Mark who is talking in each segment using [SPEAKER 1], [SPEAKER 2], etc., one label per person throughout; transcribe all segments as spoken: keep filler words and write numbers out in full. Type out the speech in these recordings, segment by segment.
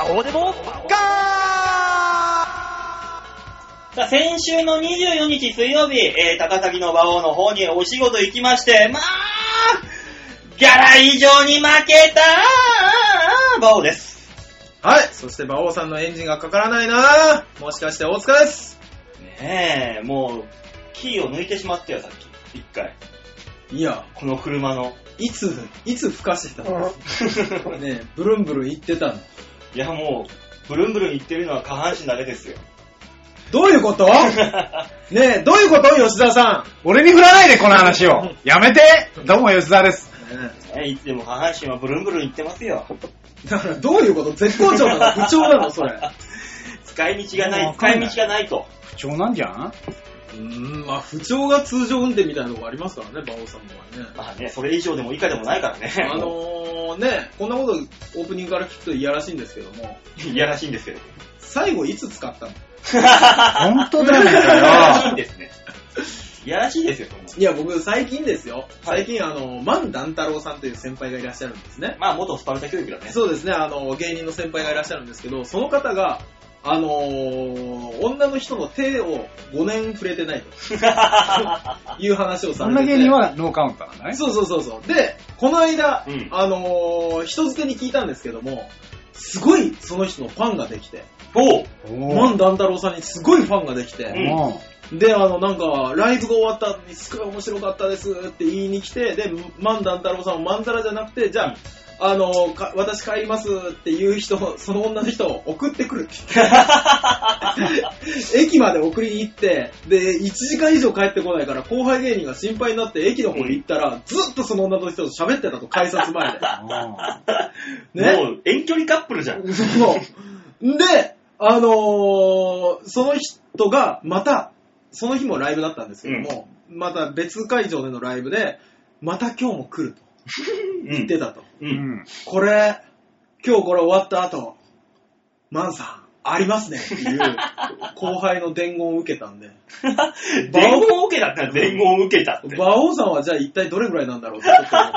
[SPEAKER 1] こうでもガー。さあ、先週のにじゅうよっか水曜日、えー、高崎の馬王の方にお仕事行きまして、まあ、ギャラ以上に負けた馬王です。
[SPEAKER 2] はい、そして馬王さんのエンジンがかからないな。もしかして大塚です。
[SPEAKER 1] ねえ、もう、キーを抜いてしまったよ、さっき。一回。
[SPEAKER 2] いや、
[SPEAKER 1] この車の。
[SPEAKER 2] いつ、いつ吹かしてたのねえ、ブルンブルン言ってたの。
[SPEAKER 1] いや、もう、ブルンブルン言ってるのは下半身だけですよ。
[SPEAKER 2] どういうことねえ、どういうこと吉田さん。
[SPEAKER 3] 俺に振らないで、この話を。やめて。どうも吉田です。
[SPEAKER 1] ねえ、いつでも下半身はブルンブルン言ってますよ。
[SPEAKER 2] だからどういうこと？絶好調なの？不調なの？それ。
[SPEAKER 1] 使い道がない、使い道がないと。
[SPEAKER 3] 不調なんじゃん？
[SPEAKER 2] うーん、まあ不調が通常運転みたいなのがありますからね、馬王さんのはね。
[SPEAKER 1] まあね、それ以上でも以下でもないからね。
[SPEAKER 2] あのー、ね、こんなことオープニングから聞くと嫌らしいんですけども。
[SPEAKER 1] 嫌らしいんですけど。
[SPEAKER 2] 最後いつ使ったの？
[SPEAKER 3] 本当だよ。
[SPEAKER 1] 嫌らしいんですね。いやらしいですよ、
[SPEAKER 2] いや、僕、最近ですよ。最近、はい、あの、万段太郎さんという先輩がいらっしゃるんですね。
[SPEAKER 1] まあ、元スパルタ教育だね。
[SPEAKER 2] そうですね、あの、芸人の先輩がいらっしゃるんですけど、その方が、あのー、女の人の手をごねん触れてないという話をされてて。
[SPEAKER 3] 女芸人はノーカウントなんだね。
[SPEAKER 2] そうそうそうそう。で、この間、
[SPEAKER 1] うん、
[SPEAKER 2] あのー、人づてに聞いたんですけども、すごいその人のファンができて、
[SPEAKER 1] お
[SPEAKER 2] 万段太郎さんにすごいファンができて、
[SPEAKER 1] うん、
[SPEAKER 2] で、あの、なんか、ライブが終わった後にすごい面白かったですって言いに来て、で、万段太郎さんもまんざらじゃなくて、じゃあ、あの、私帰りますっていう人、その女の人を送ってくるって言って駅まで送りに行って、で、いちじかん以上帰ってこないから後輩芸人が心配になって駅の方に行ったら、うん、ずっとその女の人と喋ってたと、改札前で。
[SPEAKER 1] ね、もう遠距離カップルじゃん。
[SPEAKER 2] そう。で、あのー、その人がまた、その日もライブだったんですけども、うん、また別会場でのライブで、また今日も来ると言ってたと。
[SPEAKER 1] うんうん、
[SPEAKER 2] これ、今日これ終わった後、マンさん、ありますねっていう後輩の伝言を受けたんで。
[SPEAKER 1] 伝言を受けたって伝言を受けたって。
[SPEAKER 2] 馬王さんはじゃあ一体どれぐらいなんだろうってちょっと思って。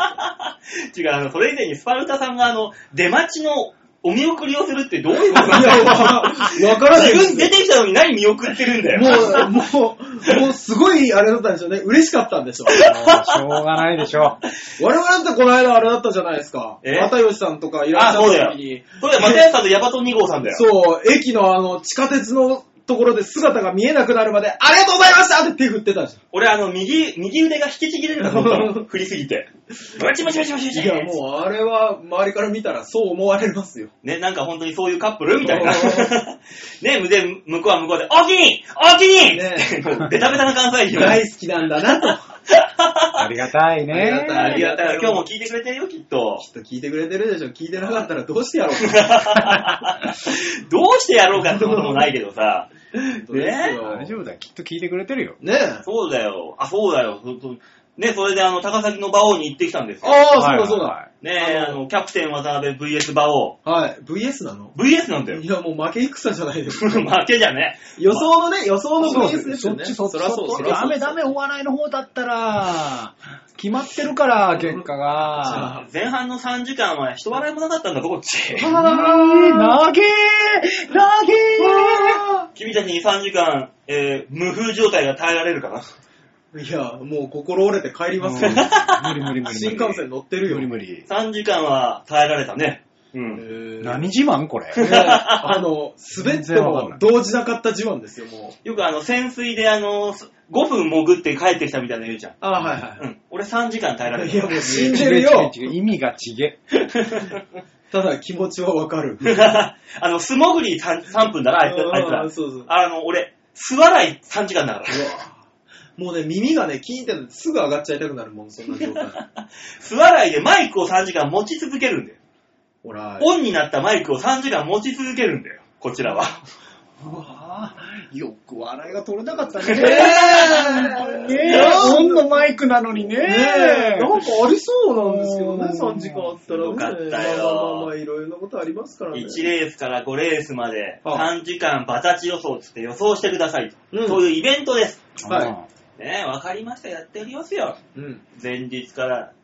[SPEAKER 1] 違う、あの、それ以前にスパルタさんがあの、出待ちのお見送りをするってどういうことなんだよ。いや、
[SPEAKER 2] わからない。
[SPEAKER 1] 自分出てきたのに何見送ってるんだよ。
[SPEAKER 2] もう、もう、もうすごいあれだったんでしょうね。嬉しかったんでしょう。し
[SPEAKER 3] ょうがないでしょ
[SPEAKER 2] う。我々だってこの間あれだったじゃないですか。又吉さんとかいらっしゃった時に。
[SPEAKER 1] そうだよ。又吉さんとヤバトンに号さんだよ。
[SPEAKER 2] そう、駅のあの、地下鉄のところで姿が見えなくなるまで、ありがとうございましたって手振ってたじゃん。
[SPEAKER 1] 俺あの、右、右腕が引きちぎれるかと思ったの。振りすぎて。ムチムチムチムチムチ。
[SPEAKER 2] いや、もうあれは周りから見たらそう思われますよ。
[SPEAKER 1] ね、なんか本当にそういうカップルみたいな。ね、で、向こうは向こうで、おおきにおおきにねベタベタな関西人。
[SPEAKER 2] 大好きなんだなと。
[SPEAKER 3] ありがたいね。
[SPEAKER 1] ありがたい。ありがたい。今日も聞いてくれてるよ、きっと。
[SPEAKER 2] きっと聞いてくれてるでしょ。聞いてなかったらどうしてやろうか。
[SPEAKER 1] どうしてやろうかってこともないけどさ。
[SPEAKER 2] ね
[SPEAKER 3] 大丈夫だよ。きっと聞いてくれてるよ。
[SPEAKER 2] ねえ。
[SPEAKER 1] そうだよ。あ、そうだよ。ね、それであの、高崎の馬王に行ってきたんですよ。
[SPEAKER 2] ああ、そうだそうだ。
[SPEAKER 1] ねえ、あの、キャプテン渡辺 ブイエス 馬王。
[SPEAKER 2] はい。ブイエス なの
[SPEAKER 1] ブイエス なんだよ。
[SPEAKER 2] いや、もう負け戦じゃないですか。
[SPEAKER 1] 負けじゃね。
[SPEAKER 2] 予想のね、予想の ブイエス ですよね。
[SPEAKER 3] そっちそっち。
[SPEAKER 2] そらそう、そらそう。
[SPEAKER 3] ダメダメ、お笑いの方だったら、決まってるから、結果が。
[SPEAKER 1] 前半のさんじかんは人笑いもなかったんだぞ、こっち。
[SPEAKER 3] あー、投げー投げー
[SPEAKER 1] 君たちにさんじかん、えー、無風状態が耐えられるかな。
[SPEAKER 2] いや、もう心折れて帰りますよ。
[SPEAKER 3] 無理無理無理。
[SPEAKER 2] 新幹線乗ってるよ。
[SPEAKER 3] 無理無理。
[SPEAKER 1] さんじかんは耐えられたね。
[SPEAKER 3] うん。何自慢これ。
[SPEAKER 2] あの、滑っても動じなかった自慢ですよ、も
[SPEAKER 1] う。よくあの、潜水であの、ごふん潜って帰ってきたみたいなの言うじゃん。
[SPEAKER 2] ああ、はいはい。
[SPEAKER 1] うん。俺さんじかん耐えられる。
[SPEAKER 2] いや、もう死んでるよ。
[SPEAKER 3] 意味がちげ。
[SPEAKER 2] ただ気持ちはわかる。
[SPEAKER 1] あの、素潜り 3, さんぷんだな、あいつら。あいつら。そうそう。あの、俺、素笑いさんじかんだから。うわ
[SPEAKER 2] もうね、耳がね、キーンってすぐ上がっちゃいたくなるもん、そんな状態。
[SPEAKER 1] 素笑いでマイクをさんじかん持ち続けるんだよ。
[SPEAKER 2] ほら。
[SPEAKER 1] オンになったマイクをさんじかん持ち続けるんだよ、こちらは。
[SPEAKER 3] うわぁ、よく笑いが取れなかったね。ねえ、ねえ、オンのマイクなのにね。ね
[SPEAKER 2] え、なんかありそうなんですけどね、さんじかんあったらね。
[SPEAKER 1] よかったよ。
[SPEAKER 2] まあまあまあ、いろいろなことありますからね。
[SPEAKER 1] いちレースからごレースまでさんじかんバタチ予想つって予想してくださいと。うん、そういうイベントです。
[SPEAKER 2] はい。
[SPEAKER 1] ねえ、わかりました、やっておりますよ。うん。前日から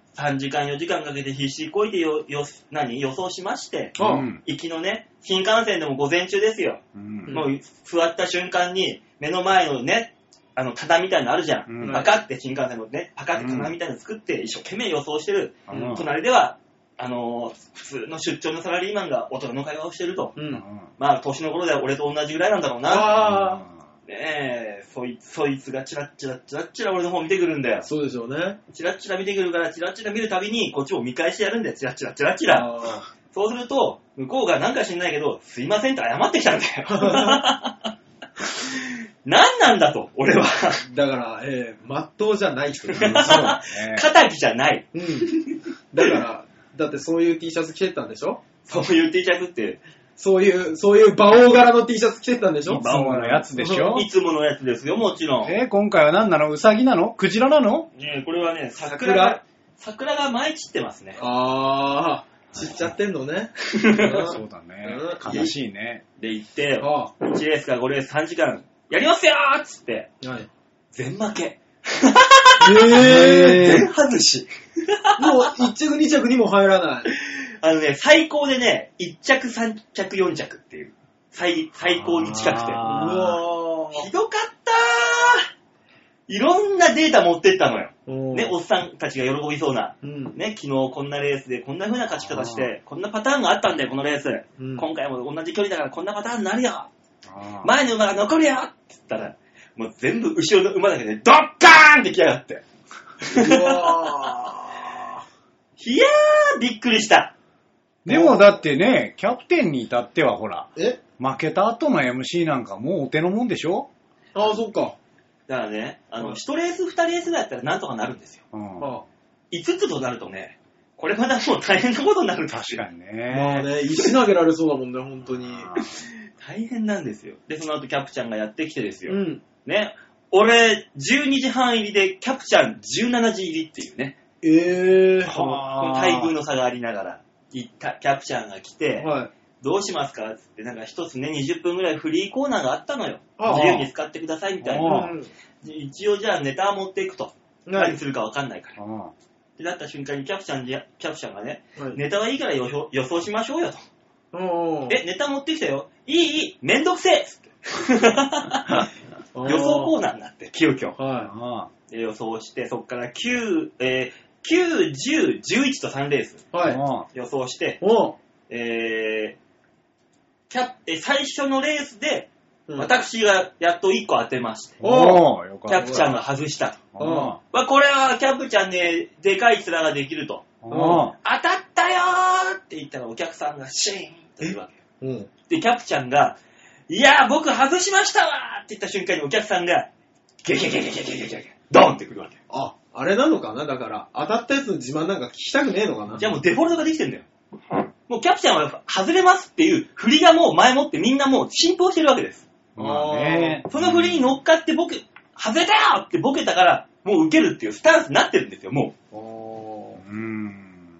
[SPEAKER 1] さんじかんよじかんかけて必死こいてよ、よ、何予想しまして、
[SPEAKER 2] うん、
[SPEAKER 1] 行きのね、新幹線でも午前中ですよ。うん、もう座った瞬間に目の前のね、あの棚みたいなのあるじゃん。うん、パカって新幹線のね、パカって棚みたいなの作って一生懸命予想してる。うん、隣では、あのー、普通の出張のサラリーマンが大人の会話をしてると。うん、まあ、年の頃では俺と同じぐらいなんだろうな。あねえ、そいつ、そいつがチラッチラッチラッチラ俺の方見てくるんだよ。
[SPEAKER 2] そうでしょうね。
[SPEAKER 1] チラッチラ見てくるから、チラッチラ見るたびに、こっちも見返してやるんだよ。チラッチラチラッチラ。そうすると、向こうがなんか知んないけど、すいませんって謝ってきたんだよ。何なんだと、俺は。
[SPEAKER 2] だから、えー、まっとうじゃない人。そう。
[SPEAKER 1] 肩じゃない。
[SPEAKER 2] うん。だから、だってそういう T シャツ着てたんでしょ？
[SPEAKER 1] そういう T シャツって、
[SPEAKER 2] そういう、そういう馬王柄の T シャツ着てたんでしょ？
[SPEAKER 3] いつものやつでしょ？
[SPEAKER 1] いつものやつですよ、もちろん。
[SPEAKER 3] えー、今回は何なの？ウサギなの？クジラなの？
[SPEAKER 1] ね、これはね、桜が、桜が舞い散ってますね。
[SPEAKER 2] あー、散っちゃってんのね。
[SPEAKER 3] そうだね。悲しいね。
[SPEAKER 1] で、行って、いちレースかごレースさんじかん、やりますよーっつって、はい、全負け。えー、全外し。
[SPEAKER 2] もういっ着に着にも入らない。
[SPEAKER 1] あのね、最高でね、いっ着さん着よん着っていう。最、最高に近くて。うわー。ひどかったー。いろんなデータ持ってったのよ。ね、おっさんたちが喜びそうな。うん、ね、昨日こんなレースでこんな風な勝ち方して、こんなパターンがあったんだよ、このレース。うん、今回も同じ距離だからこんなパターンになるよ。前の馬が残るよって言ったら、もう全部後ろの馬だけでドッカーンって来やがって。うわー。いやー、びっくりした。
[SPEAKER 3] でもだってね、キャプテンに至ってはほら、え負けた後の エムシー なんかもうお手のもんでしょ？
[SPEAKER 2] ああ、そっか。
[SPEAKER 1] だからね、あの、いちレースにレースだったらなんとかなるんですよ。うん、いつつとなるとね、これまたもう大変なことになるんですよ。
[SPEAKER 3] 確かにね。
[SPEAKER 2] まあね、石投げられそうだもんね、本当に。
[SPEAKER 1] 大変なんですよ。で、その後キャプちゃんがやってきてですよ。うん、ね、俺、じゅうにじはん入りでキャプちゃんじゅうしちじ入りっていうね。えー。この待遇の差がありながら、行ったキャプちゃんが来て、はい、どうしますかって言って、なんか一つね、にじゅっぷんぐらいフリーコーナーがあったのよ。自由に使ってくださいみたいな。一応じゃあネタ持っていくと。何するかわかんないから。ってなった瞬間にキャプちゃん、キャプちゃんがね、はい、ネタはいいから予想、予想しましょうよと。え、ネタ持ってきたよ。いい、いい、めんどくせえっつって。予想コーナーになって、急遽。はい、で予想して、そっからきゅう、えー、きゅう、じゅう、じゅういちとさんレース。はい、予想して、えー、キャえ最初のレースで、うん、私がやっといっこ当てまして、おキャプちゃんが外したと。まあ、これはキャプちゃんね、でかい面ができると。当たったよーって言ったらお客さんがシーンと言うわけよ。うん、で、キャプちゃんが、いやー僕外しましたわーって言った瞬間にお客さんが、ゲゲゲゲゲゲゲゲドーンってくるわけよ。
[SPEAKER 2] あ、あれなのかなだから、当たったやつの自慢なんか聞きたくねえのかな。
[SPEAKER 1] じゃあもうデフォルトができてんだよ。もうキャプちゃんは外れますっていう振りがもう前もってみんなもう浸透してるわけです。あね、その振りに乗っかって僕、外れたよってボケたから、もう受けるっていうスタンスになってるんですよ、もう。うん、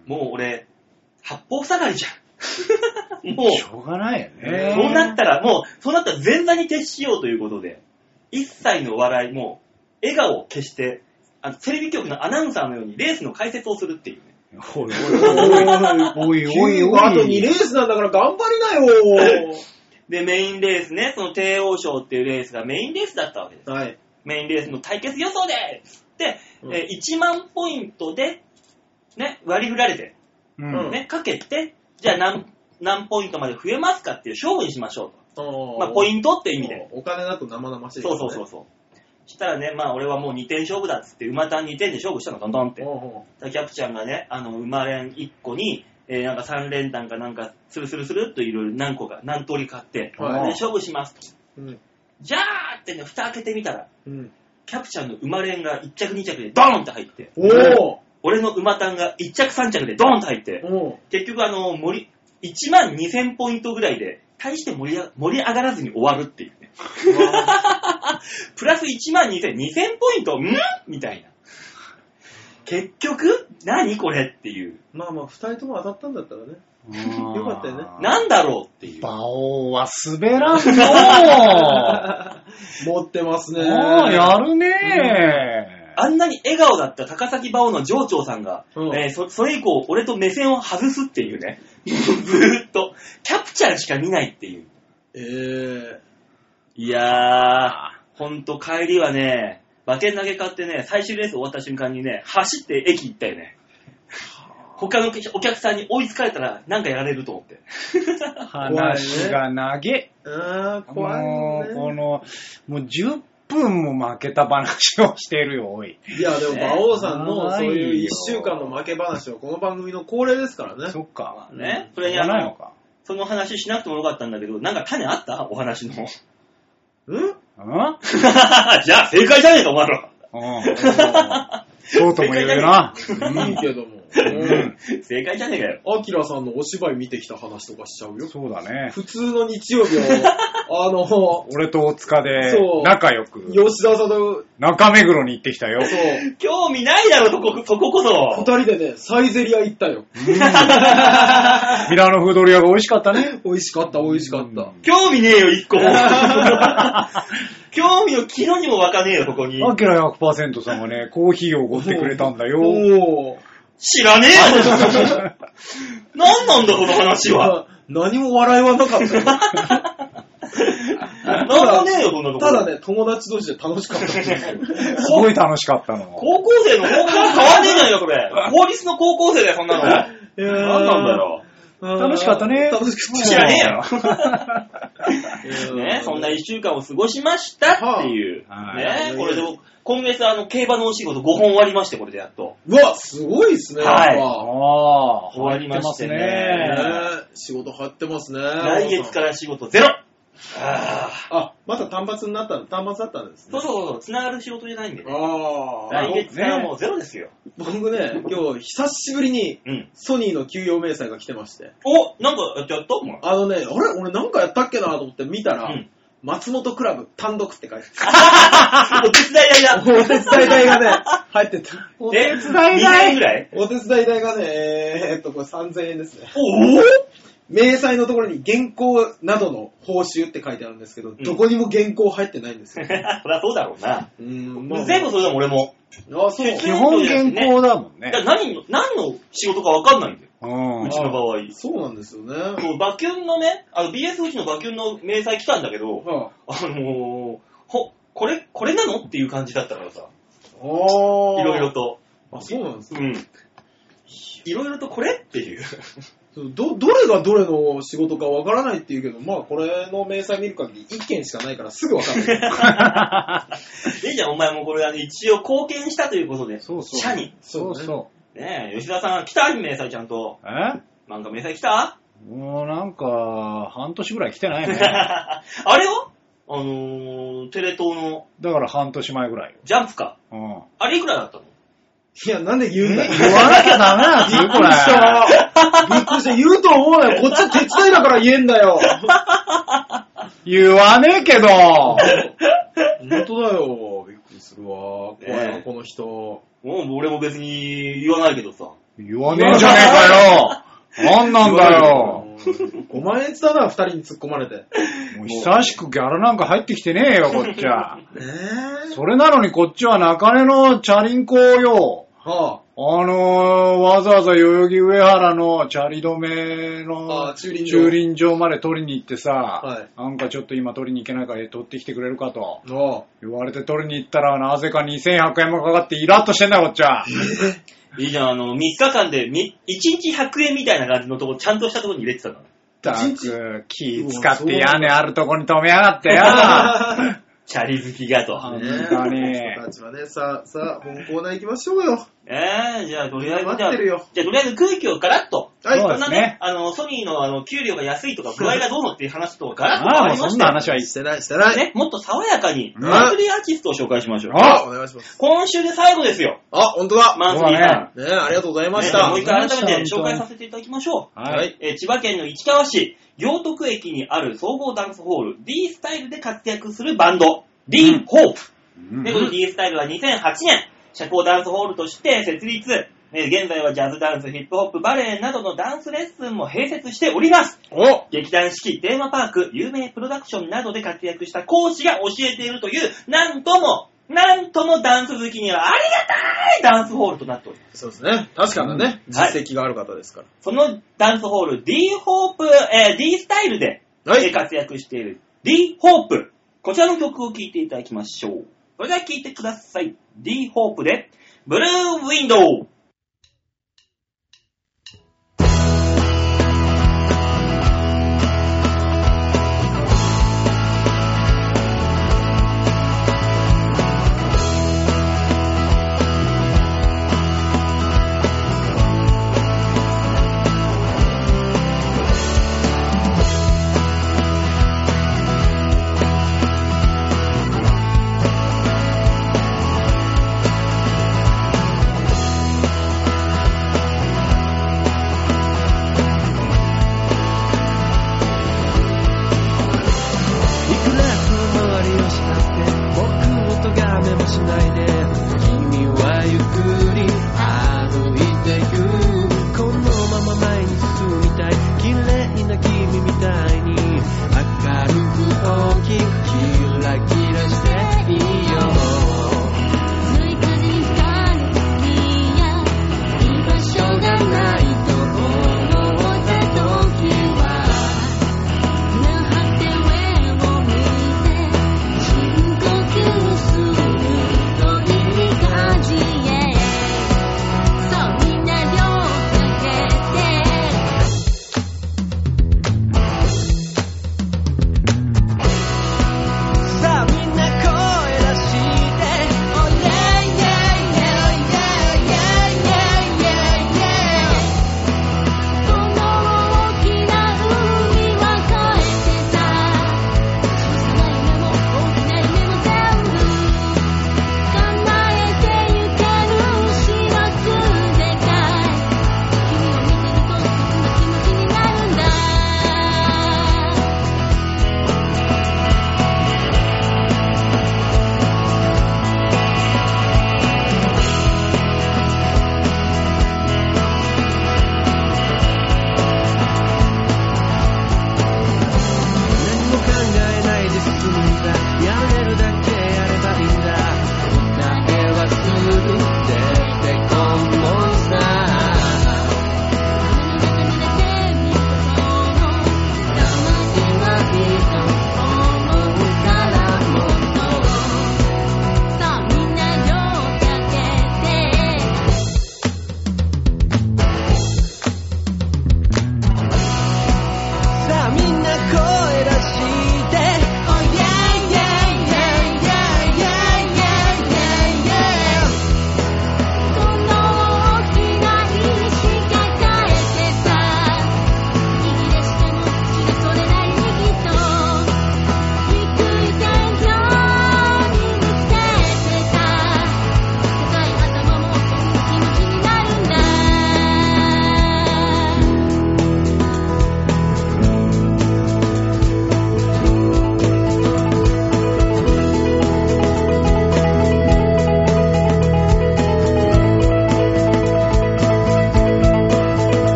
[SPEAKER 1] もう俺、八方塞がりじゃん。もう、
[SPEAKER 3] しょうがないよね。
[SPEAKER 1] そうなったら、もう、そうなったら前座に徹しようということで、一切の笑いも、笑顔を消して、あのテレビ局のアナウンサーのようにレースの解説をするっていうね。
[SPEAKER 3] おいおいおいおいおい。
[SPEAKER 2] あとにレースなんだから頑張りなよ。
[SPEAKER 1] で、メインレースね、その帝王賞っていうレースがメインレースだったわけです。はい。メインレースの対決予想でで、うん、えー、いちまんポイントで、ね、割り振られて、うん、ね、かけて、じゃあ何、何ポイントまで増えますかっていう勝負にしましょうと。まあ、ポイントって意味で。
[SPEAKER 2] お金だと生々しい、ね。
[SPEAKER 1] そうそうそうそう。したらね、まあ俺はもうにてん勝負だっつって馬単にてんで勝負したの、ドンドンって。おうおうキャプちゃんがね、あの、馬連いっこに、えー、なんかさん連単かなんか、スルスルスルっといろいろ何個か、何通り買って、ね、勝負しますと。うん、じゃーってね、蓋開けてみたら、うん、キャプちゃんの馬連がいっ着に着でドーンって入って、お俺の馬単がいっ着さん着でドーンって入って、結局あの、盛り、いちまんにせんポイントぐらいで、大して盛り盛り上がらずに終わるっていうね。プラスいちまんにせん、にせんポイントんみたいな。結局何これっていう。
[SPEAKER 2] まあまあ、二人とも当たったんだったらね。よかったよね。
[SPEAKER 1] なんだろうっていう。
[SPEAKER 3] 馬王は滑らんの
[SPEAKER 2] 持ってますね。
[SPEAKER 3] ああ、やるね
[SPEAKER 1] ー、 あんなに笑顔だった高崎馬王の上長さんが、
[SPEAKER 2] うん
[SPEAKER 1] えーそ、それ以降、俺と目線を外すっていうね。ずーっと、キャプチャーしか見ないっていう。
[SPEAKER 2] えー、
[SPEAKER 1] いやー、ほんと帰りはね、馬券投げ買ってね、最終レース終わった瞬間にね、走って駅行ったよね。他のお客さんに追いつかれたらなんかやられると思って。
[SPEAKER 3] 話が投げ。
[SPEAKER 2] あー、怖い
[SPEAKER 3] もう、
[SPEAKER 2] ね。
[SPEAKER 3] この、もうじゅっぷんも負けた話をしてるよ、おい。
[SPEAKER 2] いや、でも、馬王さんの
[SPEAKER 3] ね
[SPEAKER 2] そういういっしゅうかんの負け話はこの番組の恒例ですからね。
[SPEAKER 3] そっか。
[SPEAKER 1] ね、それに
[SPEAKER 3] 言
[SPEAKER 1] あの、
[SPEAKER 3] わないのか。
[SPEAKER 1] その話しなくてもよかったんだけど、なんか種あったお話の。
[SPEAKER 2] ん
[SPEAKER 3] うん
[SPEAKER 1] じゃあ正解じゃねえか、お前ら。
[SPEAKER 3] うん。そうとも言うな。
[SPEAKER 2] いいけども。
[SPEAKER 3] うん。
[SPEAKER 1] 正解じゃねえかよ。
[SPEAKER 2] アキラさんのお芝居見てきた話とかしちゃうよ。
[SPEAKER 3] そうだね。
[SPEAKER 2] 普通の日曜日を、あの、
[SPEAKER 3] 俺と大塚で
[SPEAKER 2] そう
[SPEAKER 3] 仲良く
[SPEAKER 2] 吉田さんと、
[SPEAKER 3] 中目黒に行ってきたよ。
[SPEAKER 2] そう、
[SPEAKER 1] 興味ないだろ、そこ、そここそ。
[SPEAKER 2] 二人でね、サイゼリア行ったよ。
[SPEAKER 3] ミラノ風ドリアが美味しかったね。
[SPEAKER 2] 美味しかった、美味しかった。
[SPEAKER 1] 興味ねえよ、一個も。興味の昨日にも湧かねえよ、ここに。
[SPEAKER 3] アキラ ひゃくパーセント さんがね、コーヒーをおごってくれたんだよ。
[SPEAKER 2] おー。
[SPEAKER 1] 知らねえよ。何なんだ、この話は。
[SPEAKER 2] 何も笑いはなかったよ。
[SPEAKER 1] なんもねえよ、こんなとこ。
[SPEAKER 2] ただね、友達同士で楽しかったんですよ。
[SPEAKER 3] すごい楽しかったの。
[SPEAKER 1] 高校生の方向変わんねえじゃんよ、これ。公立の高校生だよ、そんなの。何なんだよ。
[SPEAKER 3] 楽しかったね。
[SPEAKER 2] 楽しかった。
[SPEAKER 1] 知らねえよ。ね、そんな一週間を過ごしましたっていう。
[SPEAKER 3] はあ
[SPEAKER 1] ね、これで今月あの競馬のお仕事ごほん終わりまして、これでやっと。
[SPEAKER 2] うわ、すごいですね。
[SPEAKER 1] はい
[SPEAKER 2] やっぱ
[SPEAKER 3] ああ、
[SPEAKER 1] 終わりましてね
[SPEAKER 2] ね
[SPEAKER 3] ね
[SPEAKER 2] 仕事入ってますね。
[SPEAKER 1] 来月から仕事ゼロ。ああ。
[SPEAKER 2] あ、また単発になったの、単発だったんですね。
[SPEAKER 1] そうそうそう、繋がる仕事じゃないんでね。
[SPEAKER 2] ああ。
[SPEAKER 1] 来月からもうゼロですよ。
[SPEAKER 2] 僕ね、今日久しぶりに
[SPEAKER 1] うん。
[SPEAKER 2] ソニーの給与明細が来てまして。
[SPEAKER 1] お、なんかやっちゃったお前。
[SPEAKER 2] あのね、あれ俺なんかやったっけなと思って見たら、
[SPEAKER 1] うん
[SPEAKER 2] 松本クラブ単独って書いてあ
[SPEAKER 1] お手伝い代だ。
[SPEAKER 2] る。お手伝い代がね、入ってた。
[SPEAKER 3] お
[SPEAKER 1] え
[SPEAKER 3] 手伝い代
[SPEAKER 1] にせんえんぐらい
[SPEAKER 2] お手伝い代がね、えーっと、これさんぜんえんですね。
[SPEAKER 1] おお
[SPEAKER 2] 明細のところに原稿などの報酬って書いてあるんですけど、
[SPEAKER 1] ん
[SPEAKER 2] どこにも原稿入ってないんですよ。
[SPEAKER 1] そりゃそうだろうな。
[SPEAKER 2] うーん、まあ
[SPEAKER 1] 全部それだもん、俺も。
[SPEAKER 2] あ、そう。
[SPEAKER 3] 基本原稿だもんね
[SPEAKER 1] だから。何の、何の仕事か分かんないんだよ。
[SPEAKER 3] うん
[SPEAKER 1] うちの場合。
[SPEAKER 2] そうなんですよね。
[SPEAKER 1] そうバキュンのね、あの ビーエス うちのバキュンの明細来たんだけど、
[SPEAKER 2] は
[SPEAKER 1] あのー、ほ、これ、これなのっていう感じだったからさ。
[SPEAKER 2] あ、あ
[SPEAKER 1] いろいろと。
[SPEAKER 2] あ、そうなんですか。
[SPEAKER 1] うん。いろいろとこれっていう。
[SPEAKER 2] ど、どれがどれの仕事かわからないって言うけど、まあこれの明細見る限りいっけんしかないからすぐわかる。
[SPEAKER 1] いいじゃん、お前もこれあの一応貢献したということで、
[SPEAKER 3] そうそう。
[SPEAKER 1] 社に。
[SPEAKER 3] そうそ
[SPEAKER 1] ねえ、吉田さん来た明細ちゃんと。
[SPEAKER 3] う。え
[SPEAKER 1] なんか明細来た
[SPEAKER 3] もうなんか、半年ぐらい来てないね。
[SPEAKER 1] あれはあのー、テレ東の
[SPEAKER 3] だから半年前ぐらいよ。
[SPEAKER 1] ジャンプか。
[SPEAKER 3] うん。
[SPEAKER 1] あれいくらだったの
[SPEAKER 2] いや、なんで言うんだよ。
[SPEAKER 3] 言わなきゃダメなんですよ、これ。
[SPEAKER 2] びっくりした。びっくりした。言うと思うなよ。こっち手伝いだから言えんだよ。
[SPEAKER 3] 言わねえけど。
[SPEAKER 2] 本当だよ。びっくりするわ。怖いわ、
[SPEAKER 1] ねえ
[SPEAKER 2] この人。
[SPEAKER 1] もう俺も別に言わないけどさ。
[SPEAKER 3] 言わねえじゃねえかよ。なんなんだよ。
[SPEAKER 2] ごまん円つったな、二人に突っ込まれて。
[SPEAKER 3] もう久しくギャラなんか入ってきてねえよ、こっちは。
[SPEAKER 2] えぇ、
[SPEAKER 3] それなのにこっちは中根のチャリンコよ。
[SPEAKER 2] は
[SPEAKER 3] あのー、わざわざ代々木上原のチャリ止めの
[SPEAKER 2] あ駐輪場
[SPEAKER 3] 駐輪場まで取りに行ってさ、
[SPEAKER 2] はい
[SPEAKER 3] なんかちょっと今取りに行けないから取ってきてくれるかと
[SPEAKER 2] ぁ、あ
[SPEAKER 3] 言われて取りに行ったらなぜかにせんひゃくえんもかかってイラッとしてんだよこっちは。
[SPEAKER 1] いいじゃん、あの、みっかかんでみいちにちひゃくえんみたいな感じのとこ、ちゃんとしたところに入れてたから。
[SPEAKER 3] った
[SPEAKER 2] 一日
[SPEAKER 3] く気使って屋根あるとこに止めやがってよ。
[SPEAKER 1] チャリ好きがと。
[SPEAKER 3] 本
[SPEAKER 2] ね
[SPEAKER 3] 当に。
[SPEAKER 2] 人たちはね、さあ、さあ、本コーナー行きましょうよ。
[SPEAKER 1] えー、じゃあとりあえず、じゃあ、
[SPEAKER 2] 待ってるよ
[SPEAKER 1] じゃあとりあえず空気をガラッと。
[SPEAKER 2] はい、
[SPEAKER 3] そう
[SPEAKER 1] そんなね
[SPEAKER 3] ですね、
[SPEAKER 1] あの、ソニーのあの、給料が安いとか、具合がどうのっていう話とガラッと変
[SPEAKER 3] ああ、もうそん
[SPEAKER 1] わりましたよ。
[SPEAKER 3] な話はいい。
[SPEAKER 2] してない、してない。
[SPEAKER 1] ね、もっと爽やかに、
[SPEAKER 3] うん
[SPEAKER 1] マンスリーアーティストを紹介しましょう。
[SPEAKER 3] あ
[SPEAKER 2] お願いします。
[SPEAKER 1] 今週で最後ですよ。
[SPEAKER 2] あ、本当だ。
[SPEAKER 1] マンスリーさん。
[SPEAKER 2] ねありがとうございまし
[SPEAKER 1] ね
[SPEAKER 2] た。
[SPEAKER 1] もう一回改めて
[SPEAKER 3] 本当に
[SPEAKER 1] 紹介させていただきましょう。
[SPEAKER 3] はい。
[SPEAKER 1] えー千葉県の市川市、行徳駅にある総合ダンスホール D スタイルで活躍するバンド、D ホープ。
[SPEAKER 3] うん
[SPEAKER 1] で、この D スタイルはにせんはちねん、社交ダンスホールとして設立。えー現在はジャズダンス、ヒップホップ、バレエなどのダンスレッスンも併設しております。
[SPEAKER 2] お
[SPEAKER 1] 劇団四季、テーマパーク、有名プロダクションなどで活躍した講師が教えているという、なんともなんともダンス好きにはありがたいダンスホールとなっております。
[SPEAKER 2] そうですね。確かなね、うん、実績がある方ですから。
[SPEAKER 1] そのダンスホール D ホープ、えー、D スタイルで、はい、活躍している D ホープ。こちらの曲を聴いていただきましょう。それでは聴いてください。D ホープでブルーウィンドウ。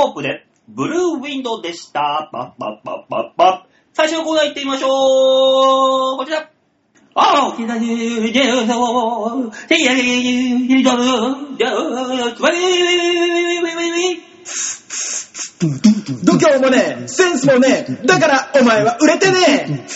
[SPEAKER 1] ホープで、ブルーウィンドでした。パッパッパッパッパッ。最初のコーナー行ってみましょう。こちら。あー、ひだに、でーぞー、てやりー、ひだー、でー、つわりー、ウィウィウィウィウィウィウィ。
[SPEAKER 2] 度胸もねえ、センスもねえ、だからお前は売れてね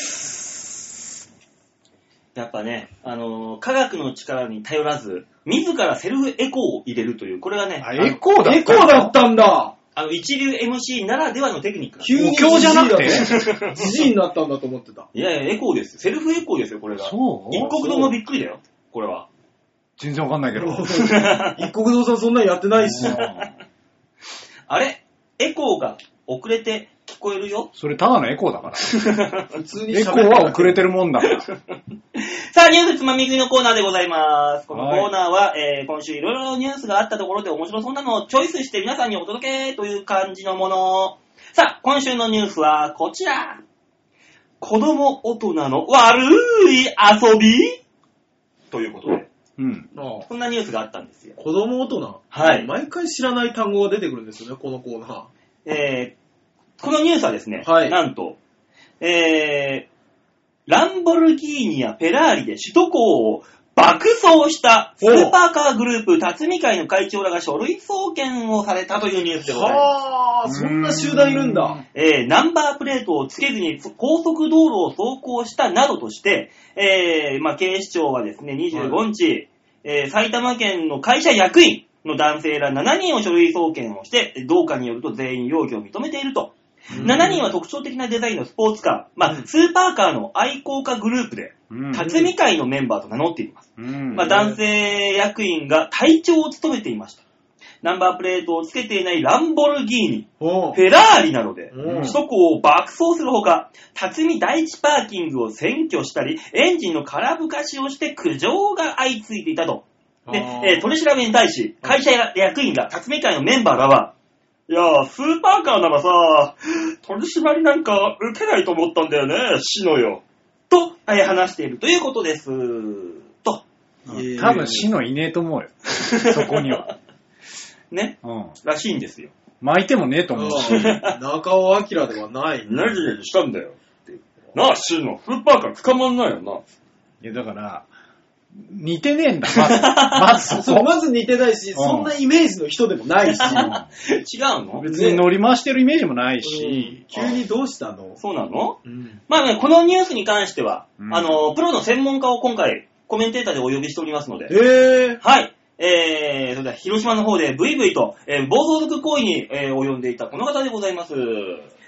[SPEAKER 1] やっぱね、あのー、科学の力に頼らず、自らセルフエコーを入れるという、これがね、
[SPEAKER 3] あ、エコーだった
[SPEAKER 2] エコーだったんだ。
[SPEAKER 1] あの、一流 エムシー ならではのテクニック。
[SPEAKER 2] 急に
[SPEAKER 3] お経じゃなくて
[SPEAKER 2] ジジイになったんだと思ってた。
[SPEAKER 1] いやいや、エコーです。セルフエコーですよ、これが。
[SPEAKER 3] そう
[SPEAKER 1] 一国堂もびっくりだよ、これは。
[SPEAKER 3] 全然わかんないけど。
[SPEAKER 2] 一国堂さんそんなにやってないし。
[SPEAKER 1] あれエコーが遅れて聞こえるよ。
[SPEAKER 3] それただのエコーだから。
[SPEAKER 2] 普通に
[SPEAKER 3] エコーは遅れてるもんだから。
[SPEAKER 1] さあ、ニュースつまみ食いのコーナーでございます。このコーナーは、えー、今週いろいろニュースがあったところで面白そうなのをチョイスして皆さんにお届けという感じのもの。さあ、今週のニュースはこちら。子供大人の悪い遊びということで。
[SPEAKER 3] うん。
[SPEAKER 2] ああ
[SPEAKER 1] こんなニュースがあったんですよ。
[SPEAKER 2] 子供大人。
[SPEAKER 1] はい
[SPEAKER 2] 毎回知らない単語が出てくるんですよね、このコーナー。
[SPEAKER 1] えー、このニュースはですね、
[SPEAKER 2] はい
[SPEAKER 1] なんと、えー、ランボルギーニやフェラーリで首都高を爆走したスーパーカーグループ辰巳会の会長らが書類送検をされたというニュースでございます。
[SPEAKER 2] はあ、そんな集団いるんだ。
[SPEAKER 1] えー、ナンバープレートをつけずに高速道路を走行したなどとして、えー、まあ、警視庁はですね、にじゅうごにち、はい、えー、埼玉県の会社役員の男性らしちにんを書類送検をして、同課によると全員容疑を認めていると。しちにんは特徴的なデザインのスポーツカー、まあ、スーパーカーの愛好家グループで、辰巳会のメンバーと名乗っています。まあ、男性役員が隊長を務めていました。ナンバープレートをつけていないランボルギーニ、フェラーリなどで、首都高を爆走するほか、辰巳第一パーキングを占拠したり、エンジンの空吹かしをして苦情が相次いでいたと。で、えー、取り調べに対し、会社役員が辰巳会のメンバーらは、いやー、スーパーカーならさ、取り締まりなんか受けないと思ったんだよね、シノよ。と、えー、話しているということです。と。
[SPEAKER 3] 多分シノいねえと思うよ。そこには。
[SPEAKER 1] ね、うん。らしいんですよ。
[SPEAKER 3] 巻いてもねえと思うし。
[SPEAKER 2] 中尾明ではない。
[SPEAKER 1] 何々したんだよ。なあ、シノ、スーパーカー捕まんないよな。
[SPEAKER 3] いや、だから、似てねえんだ、まず。まず
[SPEAKER 2] そう、まず似てないし、うん、そんなイメージの人でもないし。
[SPEAKER 1] 違うの？
[SPEAKER 3] 別に乗り回してるイメージもないし。
[SPEAKER 2] うん、急にどうしたの？
[SPEAKER 1] そうなの？うん、まあね、このニュースに関しては、うん、あの、プロの専門家を今回、コメンテーターでお呼びしておりますので。
[SPEAKER 2] へー。
[SPEAKER 1] はい。えー、それでは広島の方でブイブイと、えー、暴走族行為に、えー、及んでいたこの方でございます。どうもー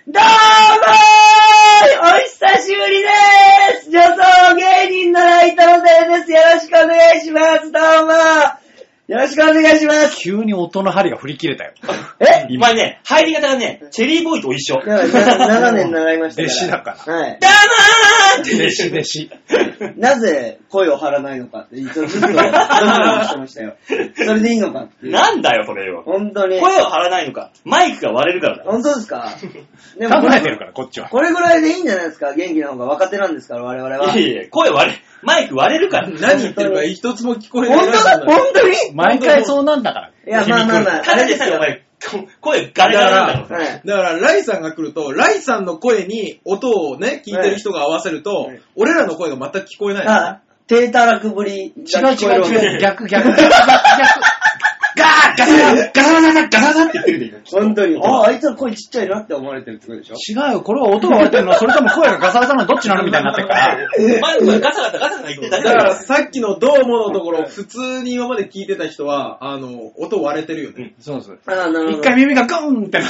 [SPEAKER 4] お久しぶりでーす女装芸人のライトのせいです。よろしくお願いします。どうもよろしくお願いします。
[SPEAKER 3] 急に音の針が振り切れたよ。
[SPEAKER 1] え今前ね、入り方がね、チェリーボーイと一緒。
[SPEAKER 4] ななねん習いましたから。
[SPEAKER 3] 弟子だから。
[SPEAKER 4] はい。
[SPEAKER 1] だまーって
[SPEAKER 3] 弟子弟子。
[SPEAKER 4] なぜ声を張らないのかって、ずっとドキドキしてましたよ。それでいいのかっていう。
[SPEAKER 1] なんだよ、それよ。
[SPEAKER 4] 本当に。
[SPEAKER 1] 声を張らないのか。マイクが割れるからだ。
[SPEAKER 4] 本当ですか？
[SPEAKER 3] でも考えてるから、こっちは。
[SPEAKER 4] これぐらいでいいんじゃないですか？元気な方が若手なんですから、我々は。
[SPEAKER 1] いやいや、声割れ、マイク割れるから。
[SPEAKER 2] 何言ってるか一つも聞こえない。
[SPEAKER 4] 本当だ、本当に
[SPEAKER 3] 毎回そうなんだから。
[SPEAKER 4] いや、まあまあまあ。
[SPEAKER 1] ただでさえお前、声ガレガレなんだから。
[SPEAKER 2] だから、ライさんが来ると、ライさんの声に音をね、聞いてる人が合わせると、はい、俺らの声が全く聞こえない、ね。
[SPEAKER 4] あ、低たらくぶり。違う
[SPEAKER 3] 違う違う。逆逆逆。
[SPEAKER 1] ガーガサガサガサガサガサガって言ってるで。
[SPEAKER 4] 本当に。ああ、あいつは声ちっちゃいなって思われてるってことでしょ？
[SPEAKER 3] 違うよ。これは音が割れてるのそれとも声がガサガサなのどっちなのみたいになってるから。
[SPEAKER 1] 前の声ガサガサガサガサ言ってた
[SPEAKER 2] だからさっきのどうものところ、普通に今まで聞いてた人は、あの、音割れてるよね。
[SPEAKER 3] そうそう。
[SPEAKER 4] ああ、なるほど。
[SPEAKER 3] 一回耳がゴーンってなって。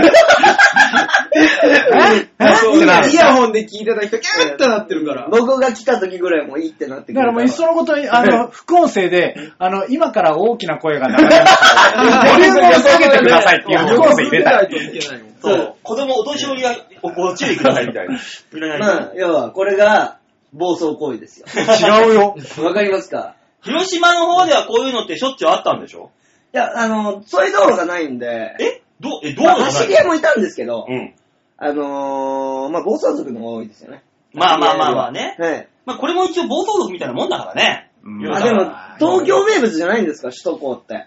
[SPEAKER 2] そう。イヤホンで聞いてた人、キャーってなってるから。
[SPEAKER 4] 僕が来た時ぐらいもいいってなってくる。
[SPEAKER 3] だからもういっそのことに、あの、副音声で、あの、今から大きな声が流れます。ボリュームを下げてくださいっていう副音声入れたい。
[SPEAKER 1] そう。子供お年寄りはご注意くださいみたいな。
[SPEAKER 4] まあ、要は、これが暴走行為ですよ。
[SPEAKER 3] 違うよ。
[SPEAKER 4] わかりますか？
[SPEAKER 1] 広島の方ではこういうのってしょっちゅうあったんでしょ？
[SPEAKER 4] いや、あの、そういう道路がないんで。
[SPEAKER 1] えど、え、道路がない？
[SPEAKER 4] まあ、走り屋もいたんですけど、
[SPEAKER 1] うん。
[SPEAKER 4] あのー、まあ、暴走族の方が多いですよね。
[SPEAKER 1] まあまあまあまあね。
[SPEAKER 4] はい。
[SPEAKER 1] まあこれも一応暴走族みたいなもんだからね。
[SPEAKER 4] うん、あ、でも、東京名物じゃないんですか、首都高って。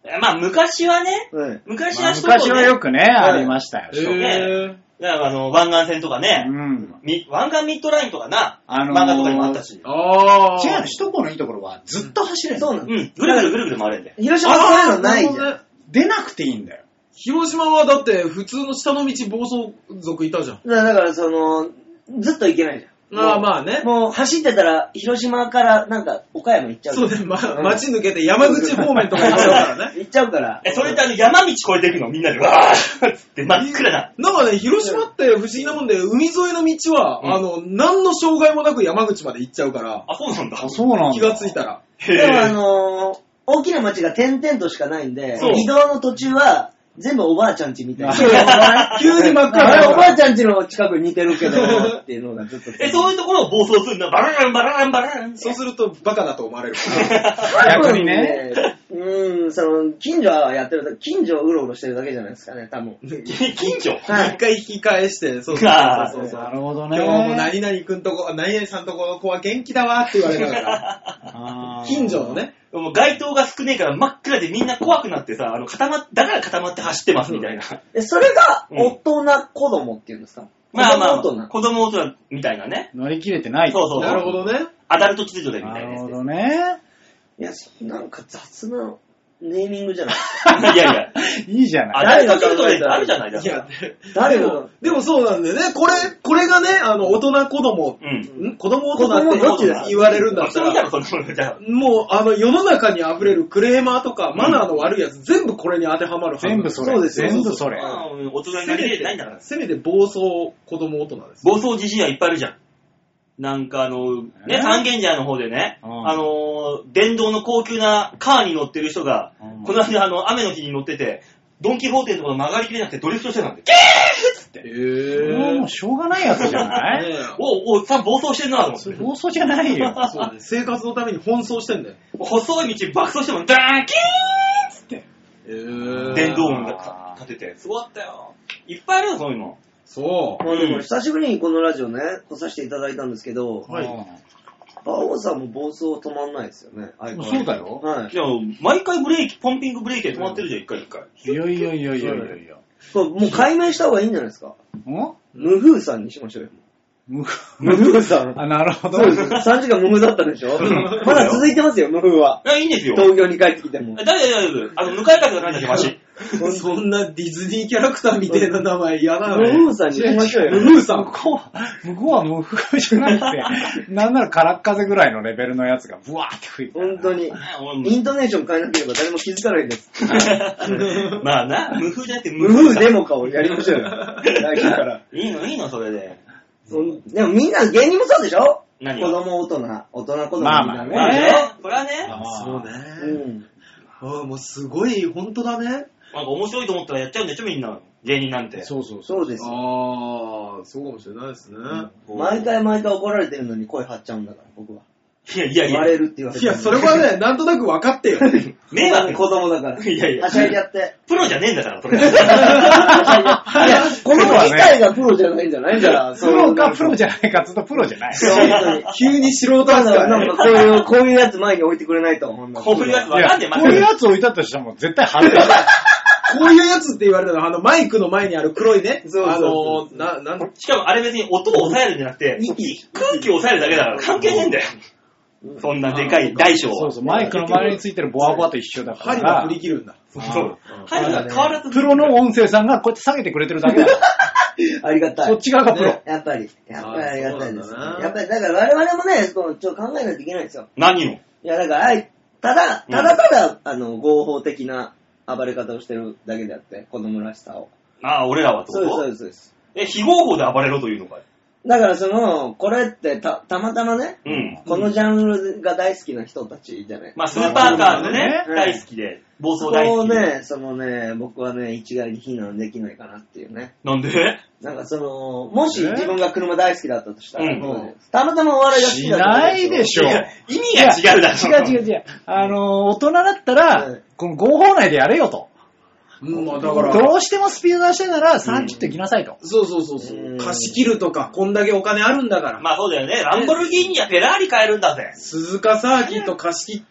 [SPEAKER 1] まあ昔はね、
[SPEAKER 4] はい。
[SPEAKER 1] 昔
[SPEAKER 3] まあ
[SPEAKER 1] は首都ね、
[SPEAKER 3] 昔はよくね、ありましたよ。
[SPEAKER 2] えー、
[SPEAKER 1] だからあの、湾岸線とかね、
[SPEAKER 3] うん。
[SPEAKER 1] み湾岸ミッドラインとかな、
[SPEAKER 3] あのー
[SPEAKER 1] 漫画とかにもあったし。
[SPEAKER 2] あー。
[SPEAKER 3] 違うの、首都高のいいところはずっと走れる。
[SPEAKER 4] そうなの。
[SPEAKER 1] うん、ぐるぐるぐるぐる回れんで。
[SPEAKER 4] 広島そういうのないじゃん。
[SPEAKER 2] あーなるほどね
[SPEAKER 3] 出なくていいんだよ。
[SPEAKER 2] 広島はだって普通の下の道暴走族いたじゃん。
[SPEAKER 4] だからだからその、ずっと行けないじゃん。
[SPEAKER 2] ああ、まあね。
[SPEAKER 4] もう走ってたら、広島からなんか岡山行っちゃう。
[SPEAKER 2] そうね、ま、街抜けて山口方面とか行っちゃうからね。
[SPEAKER 4] 行っちゃうから。
[SPEAKER 1] え、それってあの山道越えていくのみんなでわーって真っ暗な。
[SPEAKER 2] なんかね、広島って不思議なもんで、海沿いの道は、
[SPEAKER 1] うん
[SPEAKER 2] あの、何の障害もなく山口まで行っちゃうから、
[SPEAKER 1] あ、そうなんだ。
[SPEAKER 3] あ、そうなんだ。
[SPEAKER 2] 気がついたら。
[SPEAKER 1] へ
[SPEAKER 4] でもあ
[SPEAKER 1] ー。
[SPEAKER 4] のー、大きな町が点々としかないんで
[SPEAKER 2] そう、
[SPEAKER 4] 移動の途中は、全部おばあちゃん家みたいな。
[SPEAKER 3] そう
[SPEAKER 2] 急に真っ暗
[SPEAKER 4] あれ、おばあ
[SPEAKER 2] ゃ
[SPEAKER 4] ちゃん家の近くに似てるけど、っていうのがずっと。
[SPEAKER 1] え、そういうところを暴走するんだ。バラランバラランバララン。
[SPEAKER 2] そうするとバカだと思われるから。
[SPEAKER 3] 逆にね。
[SPEAKER 4] 多分ね。うーん、その、近所はやってる、近所をうろうろしてるだけじゃないですかね、多分。
[SPEAKER 1] 近所
[SPEAKER 4] はい
[SPEAKER 2] 一回引き返して、そうそう
[SPEAKER 1] あー
[SPEAKER 2] そうそう。
[SPEAKER 3] なるほどね。
[SPEAKER 2] 今日も何々くんとこ、何々さんとこの子は元気だわって言われながら、
[SPEAKER 3] あー
[SPEAKER 2] 近所のね、
[SPEAKER 1] もう街灯が少ねえから真っ暗でみんな怖くなってさ、あの固まっ、だから固まって走ってますみたいな。
[SPEAKER 4] え、それが、大人子供っていうんですか、
[SPEAKER 1] まあまあ、
[SPEAKER 4] 子供大人。
[SPEAKER 1] 子供大人みたいなね。
[SPEAKER 3] 乗り切れてない。
[SPEAKER 1] そうそうそう。
[SPEAKER 2] なるほどね。
[SPEAKER 1] アダルト秩序でみた
[SPEAKER 3] ないるほ
[SPEAKER 1] なやつで
[SPEAKER 3] どね。
[SPEAKER 4] いや、そなんか雑なネーミングじゃない。
[SPEAKER 1] いやいや、
[SPEAKER 3] いいじゃ
[SPEAKER 1] ア
[SPEAKER 3] ない。
[SPEAKER 1] ダルト秩序であるじゃないですか。
[SPEAKER 2] いや、
[SPEAKER 4] 誰が
[SPEAKER 2] でも、でもそうなんだよね。これ、これがね、あの、大人子供、
[SPEAKER 1] うん。
[SPEAKER 2] ん子供大人って
[SPEAKER 4] 子供どっちだ
[SPEAKER 2] 言われるんだった
[SPEAKER 1] そうじゃん、
[SPEAKER 2] ら、
[SPEAKER 1] そんなのじゃあ。
[SPEAKER 2] もう、あの、世の中に溢れるクレーマーとか、マナーの悪いやつ、全部これに当てはまるはず。
[SPEAKER 3] 全部それ。
[SPEAKER 4] そうですよ
[SPEAKER 3] 全部それ。
[SPEAKER 1] まあ大人になりきれてないんだから。
[SPEAKER 2] せめて暴走子供大人です。
[SPEAKER 1] 暴走地震はいっぱいあるじゃん。なんかあの、
[SPEAKER 3] え
[SPEAKER 1] ね、三軒茶屋の方でね、
[SPEAKER 3] うん
[SPEAKER 1] あの、電動の高級なカーに乗ってる人が、
[SPEAKER 3] うん
[SPEAKER 1] この間あの、雨の日に乗ってて、ドンキホーテのところ曲がりきれなくてドリフトしてたんで、キーッつって。
[SPEAKER 2] へ
[SPEAKER 3] もうしょうがないやつじゃない
[SPEAKER 1] おお、さ、暴走してんなと思って。
[SPEAKER 3] 暴走じゃないよ。
[SPEAKER 2] そうね。生活のために奔走してんだよ。
[SPEAKER 1] 細い道爆走しても、ダーンキーンつって、
[SPEAKER 2] へー
[SPEAKER 1] 電動音が立てて、すごかったよ。いっぱいあるよ、そういうの。
[SPEAKER 2] そう。
[SPEAKER 4] まあでも久しぶりにこのラジオね、来させていただいたんですけど、
[SPEAKER 2] はい
[SPEAKER 4] 馬王さんも暴走止まんないですよね。相変わらず
[SPEAKER 3] そうだよ。
[SPEAKER 4] はい。
[SPEAKER 1] いや、毎回ブレーキ、ポンピングブレーキで止まってるじゃん、一回一回。
[SPEAKER 3] いやいやいやいやいやいや。
[SPEAKER 4] これもう解明した方がいいんじゃないですか。
[SPEAKER 3] ん
[SPEAKER 4] 無風さんにしましょうよ。
[SPEAKER 3] 無
[SPEAKER 4] 無風さん。
[SPEAKER 3] あ、なるほど。
[SPEAKER 4] そうです。さんじかん無風だったでしょまだ続いてますよ、無風は。
[SPEAKER 1] いや、いいんですよ。
[SPEAKER 4] 東京に帰ってきても。
[SPEAKER 1] 大丈夫、大丈夫。あの、向かい風がないだけマシ。
[SPEAKER 2] そんなディズニーキャラクターみたいな名前嫌だね。
[SPEAKER 4] 無風さんにしましょうよ。
[SPEAKER 2] 無風さん。
[SPEAKER 3] 向こう、向こうは無風じゃなくて、なんなら空っ風ぐらいのレベルのやつがブワーって吹いて。
[SPEAKER 4] 本当に。
[SPEAKER 1] 俺
[SPEAKER 4] イントネーション変えなければ誰も気づかないです。
[SPEAKER 1] まあな、無風じゃなくて無
[SPEAKER 4] 無
[SPEAKER 1] 風
[SPEAKER 4] 風デモかをやりましょうよ。来週から。
[SPEAKER 1] いいの、いいの、それで。
[SPEAKER 4] そんでもみんな芸人もそうでしょ
[SPEAKER 1] 何が
[SPEAKER 4] 子供大人、大人子供みん
[SPEAKER 3] まあまあね
[SPEAKER 4] なね。
[SPEAKER 1] まあね、それはね、
[SPEAKER 3] あー
[SPEAKER 2] そうね。
[SPEAKER 4] うん。
[SPEAKER 2] ああ、もうすごい、本当だね。
[SPEAKER 1] なんか面白いと思ったらやっちゃうんでしょ、みんな。芸人なんて。
[SPEAKER 3] そうそうそう。
[SPEAKER 4] そうですよ。
[SPEAKER 2] ああ、そうかもしれないですね。
[SPEAKER 4] 毎回毎回怒られてるのに声張っちゃうんだから、僕は。
[SPEAKER 1] いやいやいや。
[SPEAKER 4] 割れるって言われてる
[SPEAKER 2] いや、それはね、なんとなく分かってよ。
[SPEAKER 1] 迷惑
[SPEAKER 4] 子供だから。
[SPEAKER 1] いやいや
[SPEAKER 4] はしゃいじゃって。
[SPEAKER 1] プロじゃねえんだから、それ。
[SPEAKER 4] いや、この機械がプロじゃないんじゃないんだから。
[SPEAKER 3] プロかプロ
[SPEAKER 4] じ
[SPEAKER 3] じゃないかっつうとプロじゃない。
[SPEAKER 4] ゃ本当に。
[SPEAKER 2] 急に素人
[SPEAKER 4] なんか、
[SPEAKER 2] 扱い。
[SPEAKER 4] なんかこういう、こういうやつ前に置いてくれないと。こ
[SPEAKER 1] こういうやつ
[SPEAKER 3] いや
[SPEAKER 1] わかんねえ、
[SPEAKER 3] こういうやつ置いたとしても絶対外れる。
[SPEAKER 2] こういうやつって言われたのは、あの、マイクの前にある黒いね。
[SPEAKER 4] そうそうそう
[SPEAKER 2] あの、な、なん、
[SPEAKER 1] しかもあれ別に音を抑えるんじゃなくて、空気を抑えるだけだから関係ねえんだよ。そんなでかい大小は。
[SPEAKER 3] そうそう、マイクの周りについてるボワボワと一緒だか
[SPEAKER 2] 針が
[SPEAKER 3] ら
[SPEAKER 2] 振、り切るんだ。
[SPEAKER 1] そう。針が変わらず。
[SPEAKER 3] プロの音声さんがこうやって下げてくれてるだけだから。
[SPEAKER 4] ありがたい。
[SPEAKER 3] そっち側がプロ。
[SPEAKER 2] ね
[SPEAKER 4] やっぱり、やっぱりありがたいです。
[SPEAKER 2] あそうなんだな
[SPEAKER 4] やっぱり、だから我々もね、こうちょっと考えないといけないんですよ。
[SPEAKER 1] 何を
[SPEAKER 4] いや、だから、あいただ、ただただ、あの、合法的な暴れ方をしてるだけであって、子供らしさを。
[SPEAKER 1] ああ、俺らはってこ
[SPEAKER 4] そうです、そう
[SPEAKER 1] と
[SPEAKER 4] です、そうです。
[SPEAKER 1] え、非合法で暴れろというのかい。
[SPEAKER 4] だからその、これってた、たまたまね、
[SPEAKER 1] うん。
[SPEAKER 4] このジャンルが大好きな人たちじゃない。
[SPEAKER 1] まあ、スーパーカーでね、
[SPEAKER 4] うん
[SPEAKER 1] 大好きで、暴
[SPEAKER 4] そ
[SPEAKER 1] 走大好きで。
[SPEAKER 4] こをね、そのね、僕はね、一概に非難できないかなっていうね。
[SPEAKER 1] なんで
[SPEAKER 4] なんかその、もし
[SPEAKER 3] え
[SPEAKER 4] 自分が車大好きだったとしたら、
[SPEAKER 1] うん
[SPEAKER 4] うんたまたまお笑いが好き
[SPEAKER 3] し
[SPEAKER 4] だった
[SPEAKER 3] ないでしょ。
[SPEAKER 1] いや意味が違うだろ。
[SPEAKER 3] 違う違う違う。あの、大人だった
[SPEAKER 4] は
[SPEAKER 3] ら
[SPEAKER 4] い、
[SPEAKER 3] この合法内でやれよと。
[SPEAKER 2] うん、まあだから、
[SPEAKER 3] どうしてもスピード出してならさんキロ行きなさいと。
[SPEAKER 2] そうそうそうそうう。
[SPEAKER 4] ん
[SPEAKER 2] 貸し切るとか、こんだけお金あるんだから。
[SPEAKER 1] まあそうだよね。ランボルギーニやフェラーリ買えるんだぜ。
[SPEAKER 2] 鈴鹿サーキット貸し切って、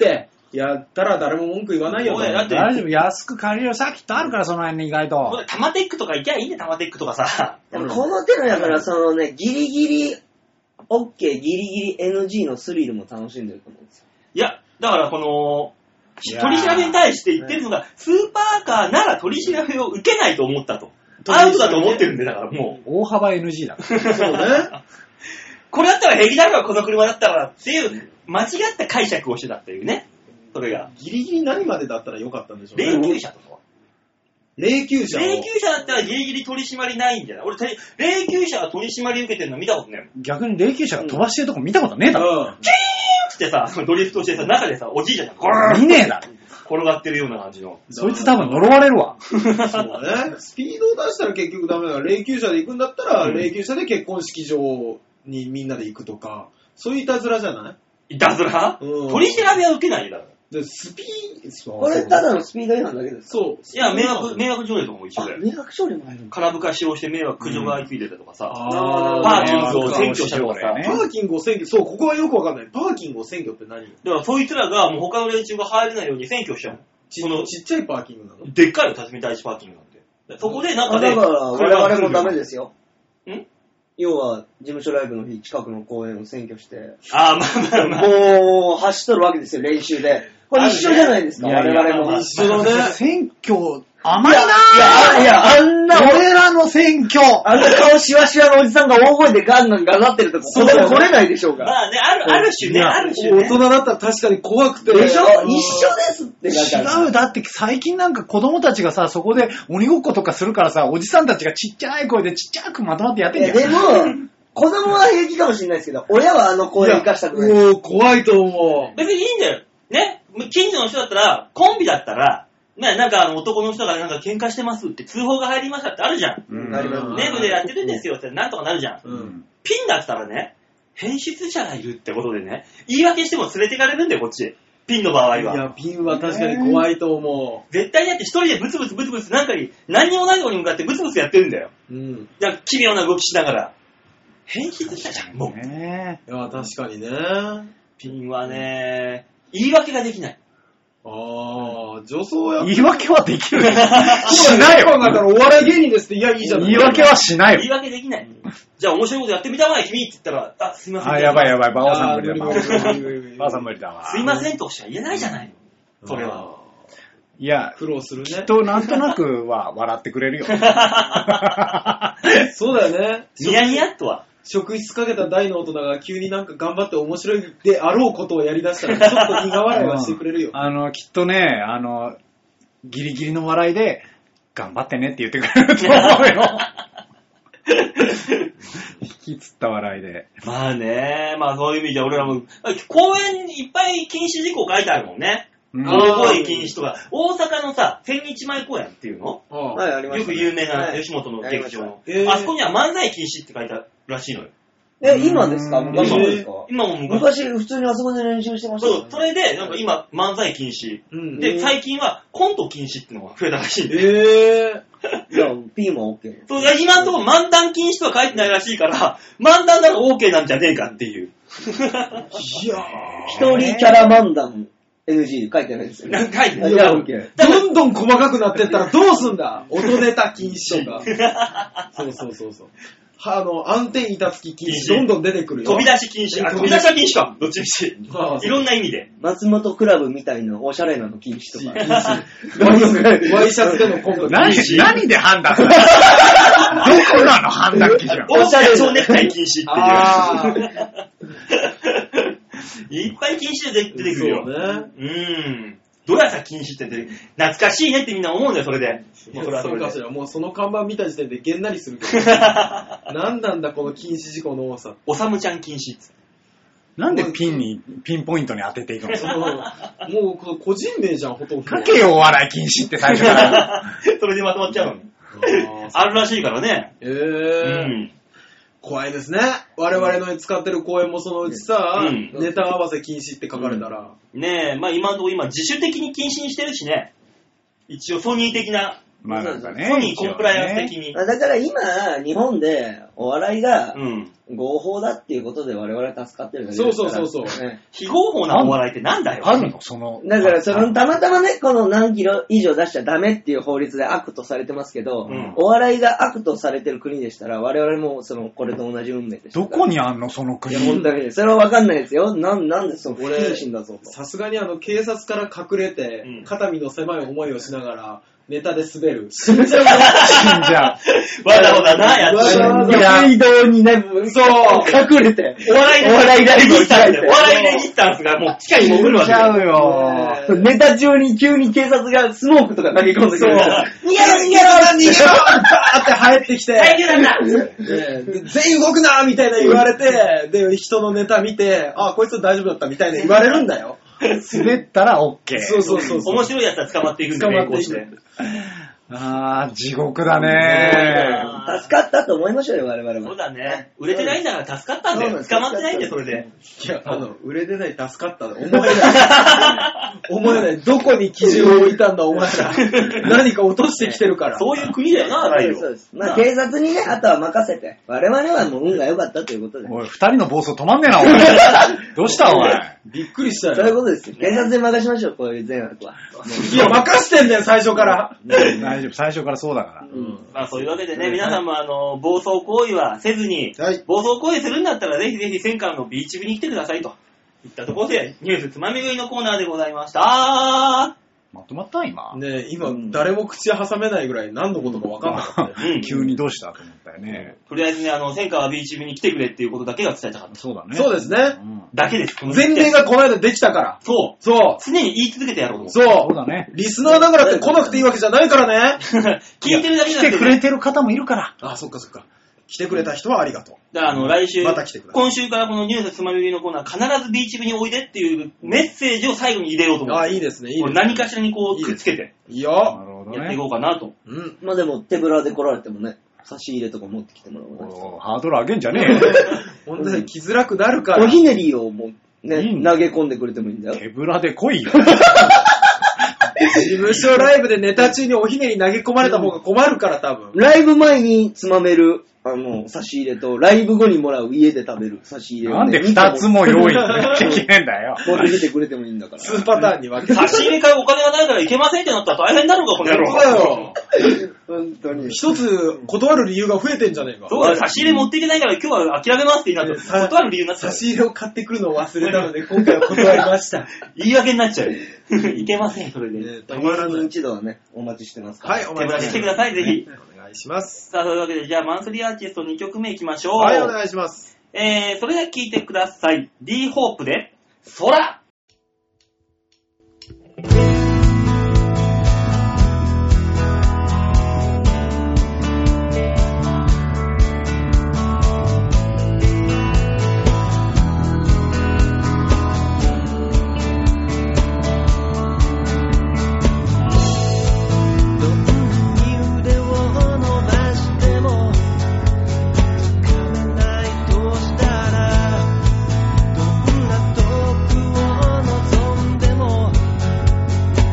[SPEAKER 2] やったら誰も文句言わないよ。
[SPEAKER 1] そうだよだって
[SPEAKER 3] 大丈夫、安く借りるサーキットあるから、その辺に意外と。
[SPEAKER 1] タマテックとか行きゃいいんだよ、タマテックとかさ。
[SPEAKER 4] でもこの手のやから、そのね、ギリギリ OK、ギリギリ エヌジー のスリルも楽しんでると思うんですよ。
[SPEAKER 1] いや、だからこの、
[SPEAKER 3] いやー
[SPEAKER 1] 取り調べに対して言ってるのが、スーパーカーなら取り調べを受けないと思ったと。アウトだと思ってるんで、だからもう。
[SPEAKER 3] 大幅 エヌジー だか
[SPEAKER 2] そうね。
[SPEAKER 1] これだったら平気だろ、この車だったらっていう、間違った解釈をしてたっていうね。それが。
[SPEAKER 2] ギリギリ何までだったらよかったんでしょうね。
[SPEAKER 1] 霊柩車とかは
[SPEAKER 2] 霊柩車を。
[SPEAKER 1] 霊柩車だったらギリギリ取り締まりないんじゃない俺、て霊柩車が取り締まり受けてるの見たことねえもん。
[SPEAKER 3] ら。逆に霊柩車が飛ばしてるとこ見たことねえだろ。
[SPEAKER 2] うん。
[SPEAKER 1] キーンってさ、ドリフトしてさ、中でさ、おじいちゃんがゴーン
[SPEAKER 3] 見ねえだろ。
[SPEAKER 1] 転がってるような感じの。
[SPEAKER 3] そいつ多分呪われるわ。
[SPEAKER 2] そうね。スピードを出したら結局ダメだから、霊柩車で行くんだったら、
[SPEAKER 1] うん
[SPEAKER 2] 霊柩車で結婚式場にみんなで行くとか、そういういたずらじゃない
[SPEAKER 1] いたずら、
[SPEAKER 2] うん
[SPEAKER 1] 取り調べは受けないだろ。
[SPEAKER 2] でスピード、
[SPEAKER 4] これただのスピード違反だけです。
[SPEAKER 2] そう。
[SPEAKER 1] いや、迷惑、迷惑条例とかも一緒だよ。
[SPEAKER 4] 迷惑処理もあるんだ。
[SPEAKER 1] 金深使用して迷惑駆除が相次いでたとかさ、
[SPEAKER 2] あー
[SPEAKER 1] パーキングを占拠したとかさ、
[SPEAKER 3] ね
[SPEAKER 2] パーキングを占拠、そう、ここはよくわかんない。パーキングを占拠って何
[SPEAKER 1] だからそいつらがもう他の連中が入れないように占拠しちゃう
[SPEAKER 2] ち
[SPEAKER 1] この
[SPEAKER 2] ちっちゃいパーキングなの
[SPEAKER 1] の。でっかいよ、辰巳第一パーキングなんて。そこでなんかね、
[SPEAKER 4] あだから我々もダメですよ。
[SPEAKER 1] ん
[SPEAKER 4] 要は、事務所ライブの日、近くの公園を占拠して、
[SPEAKER 1] あー、まあまあまあ。
[SPEAKER 4] もう、走っとるわけですよ、練習で。これ一緒じゃないですか、
[SPEAKER 3] いやいや
[SPEAKER 4] 我々も。
[SPEAKER 2] 一緒だね。
[SPEAKER 3] 選挙、甘いなぁ。
[SPEAKER 4] いや、いや、あんな、
[SPEAKER 3] 俺らの選挙。
[SPEAKER 4] あんな顔シワシワのおじさんが大声でガンガンがなってるとこ、子
[SPEAKER 2] そうだよ
[SPEAKER 4] 供来れないでしょうが。
[SPEAKER 1] まあね、ある、ある種ね、ある種ね。
[SPEAKER 2] 大人だったら確かに怖くて。
[SPEAKER 4] でしょ
[SPEAKER 2] うん
[SPEAKER 4] 一緒ですってだから。
[SPEAKER 3] 違う、だって最近なんか子供たちがさ、そこで鬼ごっことかするからさ、おじさんたちがちっちゃい声でちっちゃくまとまってやってん
[SPEAKER 4] いや
[SPEAKER 3] じゃん。
[SPEAKER 4] でも、子供は平気かもしれないですけど、親はあの公園行かしたくない。
[SPEAKER 2] もう怖いと思う。
[SPEAKER 1] 別にいいんだよ。ね。近所の人だったら、コンビだったら、ね、なんかあの男の人がなんか喧嘩してますって通報が入りましたってあるじゃん。
[SPEAKER 3] うん
[SPEAKER 4] なります
[SPEAKER 1] ね、部でやってるんですよってなんとかなるじゃん。
[SPEAKER 2] うん。
[SPEAKER 1] ピンだったらね、変質者がいるってことでね、言い訳しても連れてかれるんだよ、こっち。ピンの場合は。
[SPEAKER 2] いや、ピンは確かに怖いと思
[SPEAKER 1] 絶対にだって一人でブツブツブツブツなんかに何にもないとこに向かってブツブツやってるんだよ。
[SPEAKER 2] う。うん。
[SPEAKER 1] なんか奇妙な動きしながら。変質者じゃん、もう。
[SPEAKER 3] ね
[SPEAKER 2] いや、確かにね。
[SPEAKER 1] ピンはね、言い訳ができない。
[SPEAKER 2] ああ、女装や
[SPEAKER 3] え。言い訳はできる。し
[SPEAKER 2] し
[SPEAKER 3] ないよ。
[SPEAKER 2] だからお笑い芸人ですって、いや、いいじゃん。
[SPEAKER 3] 言い訳はしないよ。
[SPEAKER 1] 言い訳できない。じゃあ面白いことやってみたまえ、君って言ったら、あ、すいません。
[SPEAKER 3] あ、やばいやばい、バオさん
[SPEAKER 2] あー
[SPEAKER 3] 無理だ。
[SPEAKER 2] 無理無理無理無理無理
[SPEAKER 3] バオさん無理だわ。
[SPEAKER 1] すいませんとしか言えないじゃないの。それは。
[SPEAKER 3] いや、
[SPEAKER 2] 苦労するね。
[SPEAKER 3] きっとなんとなくは笑ってくれるよ。
[SPEAKER 2] そうだよね。
[SPEAKER 1] ニヤニヤっとは。
[SPEAKER 2] 職質かけた大の大人が急になんか頑張って面白いであろうことをやりだしたら、ちょっと苦笑いはしてくれるよ。
[SPEAKER 3] あの、きっとね、あの、ギリギリの笑いで、頑張ってねって言ってくれると思うよ。引きつった笑いで。
[SPEAKER 1] まあね、まあそういう意味で俺らも、公園にいっぱい禁止事項書いてあるもんね。
[SPEAKER 3] うん
[SPEAKER 1] 大声禁止とか、大阪のさ、千日前公園っていうの
[SPEAKER 2] ああ
[SPEAKER 4] はい、ありましたね。
[SPEAKER 1] よく有名な
[SPEAKER 4] はい
[SPEAKER 1] 吉本の劇場の。
[SPEAKER 2] えー
[SPEAKER 1] あそこには漫才禁止って書いてあるらしいのよ。
[SPEAKER 4] え、今ですか昔もですか
[SPEAKER 1] 今も昔。
[SPEAKER 4] 昔、普通にあそこで練習してましたよね。
[SPEAKER 1] そう、それで、なんか今、漫才禁止。
[SPEAKER 2] うん。
[SPEAKER 1] で、最近はコント禁止ってのが増えたらしいんで。
[SPEAKER 2] え
[SPEAKER 4] いや、P も OK。
[SPEAKER 1] そう、いや今のところ漫談禁止とは書いてないらしいから、漫談なら OK なんじゃねえかっていう。
[SPEAKER 2] ー、いや
[SPEAKER 4] 一人キャラ漫談 エヌジー 書いてないですよね。
[SPEAKER 1] なんか書いてない。
[SPEAKER 4] いや、OK。
[SPEAKER 2] ー、どんどん細かくなってったらどうすんだ音ネタ禁止とか。そうそうそうそう。はあの、暗転板付き禁止、どんどん出てくるよ。
[SPEAKER 1] 飛び出し禁止。あ、飛び出しは禁止か。どっちみち。
[SPEAKER 2] ああ
[SPEAKER 1] いろんな意味で。
[SPEAKER 4] 松本クラブみたいなおしゃれなの禁止とか。
[SPEAKER 2] ワイシャツでのコント
[SPEAKER 3] 何、何で判断するのどこなの判断基準。
[SPEAKER 1] おしゃれ蝶ネクタイ禁止
[SPEAKER 2] あ
[SPEAKER 1] っていう。いっぱい禁止で出てくるよ。
[SPEAKER 2] そうね。
[SPEAKER 1] うん。どやさ禁止って出て懐かしいねってみんな思うんだよ、それで。もうそれはそれで。
[SPEAKER 2] そうかしら。もうその看板見た時点でげんなりするけど。何なんだこの禁止事項の多さ。
[SPEAKER 1] おさむちゃん禁止っつって。
[SPEAKER 3] なんでピンに、ピンポイントに当てていくの
[SPEAKER 2] そのもうこの個人名じゃん、ほとんど。
[SPEAKER 3] かけよお笑い禁止って最初から。
[SPEAKER 1] それでまとまっちゃうのに。
[SPEAKER 2] あー
[SPEAKER 1] あるらしいからね。
[SPEAKER 2] え
[SPEAKER 1] う
[SPEAKER 2] ー
[SPEAKER 1] ん。
[SPEAKER 2] 怖いですね。我々の使ってる公演もそのうちさ、
[SPEAKER 1] うん
[SPEAKER 2] ネタ合わせ禁止って書かれたら。
[SPEAKER 1] ねえ、まあ今のところ今自主的に禁止にしてるしね。一応ソニー的な
[SPEAKER 3] まあなんかね。
[SPEAKER 1] ソニーコンプライアンス的に。
[SPEAKER 4] だから今、日本でお笑いが
[SPEAKER 1] うん。
[SPEAKER 4] 合法だっていうことで我々は助かってるだけですから。
[SPEAKER 2] そうそうそうそう
[SPEAKER 4] ね
[SPEAKER 1] 非合法なお笑いってなんだよ。
[SPEAKER 3] あるのその。
[SPEAKER 4] だからその、たまたまね、この何キロ以上出しちゃダメっていう法律で悪とされてますけど、
[SPEAKER 1] うん
[SPEAKER 4] お笑いが悪とされてる国でしたら、我々もその、これと同じ運命でした。
[SPEAKER 3] どこにあんのその
[SPEAKER 4] い
[SPEAKER 3] 国。
[SPEAKER 4] や、本当に。それはわかんないですよ。なん、なんでその、不謹慎だぞと。
[SPEAKER 2] さすがにあの、警察から隠れて、
[SPEAKER 1] うん
[SPEAKER 2] 肩身の狭い思いをしながら、ネタで滑る。
[SPEAKER 3] 死んじゃう。
[SPEAKER 1] わざわざな、やつ。
[SPEAKER 2] わざわざ
[SPEAKER 4] 水道にね、
[SPEAKER 2] そう
[SPEAKER 4] 隠れて。
[SPEAKER 1] お笑いの
[SPEAKER 4] お笑いライブを
[SPEAKER 1] レジスタンス
[SPEAKER 4] 開いて
[SPEAKER 1] お笑いレジスタンスがもう地下に潜るわけ
[SPEAKER 3] 死んじゃうよ。
[SPEAKER 4] ネタ中に急に警察がスモークとか投げ込んでくる。逃げろ逃げろ
[SPEAKER 2] 逃げろ逃げろバーって入ってきて、
[SPEAKER 1] 大変なんだ
[SPEAKER 2] で全員動くなみたいな言われて、で、人のネタ見て、あ、こいつ大丈夫だったみたいな言われるんだよ。
[SPEAKER 3] 滑ったら OK。
[SPEAKER 2] そうそうそうそう。
[SPEAKER 1] 面白いやつは捕まっていくんで、
[SPEAKER 2] 捕まっていく
[SPEAKER 1] して。
[SPEAKER 3] あー、地獄だね
[SPEAKER 4] 助かったと思いましょうよ、我々
[SPEAKER 1] そう
[SPEAKER 4] も。
[SPEAKER 1] だね。売れてないんだから助かったんだよ。
[SPEAKER 4] そうなんです
[SPEAKER 1] 捕まってないんだよ、それで。
[SPEAKER 2] いや、あの、売れてない、助かった。思えない。思えない。どこに基準を置いたんだ、お前ら。何か落としてきてるから。
[SPEAKER 1] そういう国だよな、
[SPEAKER 4] そう
[SPEAKER 1] ライブ。
[SPEAKER 4] ですそうです。まあ、警察にね、あとは任せて。我々はもう運が良かったということで。
[SPEAKER 3] おい、二人の暴走止まんねえな、お前。どうしたお前。
[SPEAKER 2] びっくりした
[SPEAKER 4] そういう
[SPEAKER 2] よ。
[SPEAKER 4] ことですよ。警察に任しましょう、こういう善悪は。
[SPEAKER 2] いや、任してんだよ、最初から。
[SPEAKER 3] 大丈夫、最初からそうだから。
[SPEAKER 4] うん
[SPEAKER 1] まあそういうわけでね、皆さんもあの、暴走行為はせずに、
[SPEAKER 2] はい
[SPEAKER 1] 暴走行為するんだったらぜひぜひ戦艦のビーチ部に来てくださいと。いったところで、ニュースつまみ食いのコーナーでございました。
[SPEAKER 3] まとまった今。
[SPEAKER 2] ねえ、今、誰も口挟めないぐらい何のことか分かんなかったよ。
[SPEAKER 1] うん
[SPEAKER 3] 急にどうしたと思ったよね。
[SPEAKER 1] とりあえずね、あの、戦艦はビーチ部に来てくれっていうことだけが伝えたかった。
[SPEAKER 3] そうだね。
[SPEAKER 2] そうですね。
[SPEAKER 3] うん
[SPEAKER 1] だけです。この
[SPEAKER 2] 前例がこの間できたから。
[SPEAKER 1] そう。
[SPEAKER 2] そ
[SPEAKER 1] 常に言い続けてやろうと思
[SPEAKER 2] う。
[SPEAKER 1] う。
[SPEAKER 2] そう。
[SPEAKER 3] そうだね。
[SPEAKER 2] リスナーだからって来なくていいわけじゃないからね。
[SPEAKER 1] 聞いてるだけじゃなくて、
[SPEAKER 3] 来てくれてる方もいるから。
[SPEAKER 2] あ、そっかそっか。来てくれた人はありがとう。
[SPEAKER 1] だからあの、来週、
[SPEAKER 2] また来てください
[SPEAKER 1] 今週からこのニュースつまみ食いのコーナー、必ずビーチ部においでっていうメッセージを最後に入れようと思う。
[SPEAKER 2] あ、いいですね、いい
[SPEAKER 1] こう
[SPEAKER 2] ですね。
[SPEAKER 1] 何かしらにこう、
[SPEAKER 2] いいです
[SPEAKER 1] くっつけて、
[SPEAKER 2] いい
[SPEAKER 3] な
[SPEAKER 2] よ。
[SPEAKER 3] るほどね
[SPEAKER 1] やっていこ。うかなと。
[SPEAKER 2] うん。
[SPEAKER 4] まあでも、手ぶらで来られてもね、差し入れとか持ってきてもらおうね。
[SPEAKER 3] おーハードル上げんじゃねえよ。
[SPEAKER 2] 本当に来づらくなるから。
[SPEAKER 4] おひねりをもう、ね、
[SPEAKER 3] いいんだ
[SPEAKER 4] 投げ込んでくれてもいいんだよ。
[SPEAKER 3] 手ぶらで来いよ。
[SPEAKER 2] 事務所ライブでネタ中におひねり投げ込まれた方が困るから、多分。
[SPEAKER 4] ライブ前につまめる、あの、差し入れと、ライブ後にもらう家で食べる差し入れを、
[SPEAKER 3] なんで二つも用意しなきゃいけないんだよ。
[SPEAKER 4] 持ってきてくれてもいいんだから。
[SPEAKER 2] 数パターンに分けて。
[SPEAKER 1] 差し入れ買うお金がないからいけませんってなったら大変だろうが、この野郎。
[SPEAKER 2] そうだよ。
[SPEAKER 4] 本当に。
[SPEAKER 2] 一つ断る理由が増えてんじゃねえか。
[SPEAKER 1] そうだよ、差し入れ持っていけないから今日は諦めますって言いなって、断る理由になっちゃう
[SPEAKER 2] 差。し入れを買ってくるのを忘れたので、今回は断りました。
[SPEAKER 1] 言い訳になっちゃう。いけません、それで。
[SPEAKER 2] ねたまら
[SPEAKER 4] 年に
[SPEAKER 2] ない。
[SPEAKER 4] 一度はね、お待ちしてますから。
[SPEAKER 2] はい、お
[SPEAKER 1] 手ぶら
[SPEAKER 2] 待ち
[SPEAKER 1] に来てください、ぜひ。
[SPEAKER 2] お願いします。
[SPEAKER 1] さあ、というわけで、じゃあ、マンスリーアーティストにきょくめいきましょう。
[SPEAKER 2] はい、お願いします。
[SPEAKER 1] えー、それでは聴いてください。D ホープで、空。
[SPEAKER 5] 「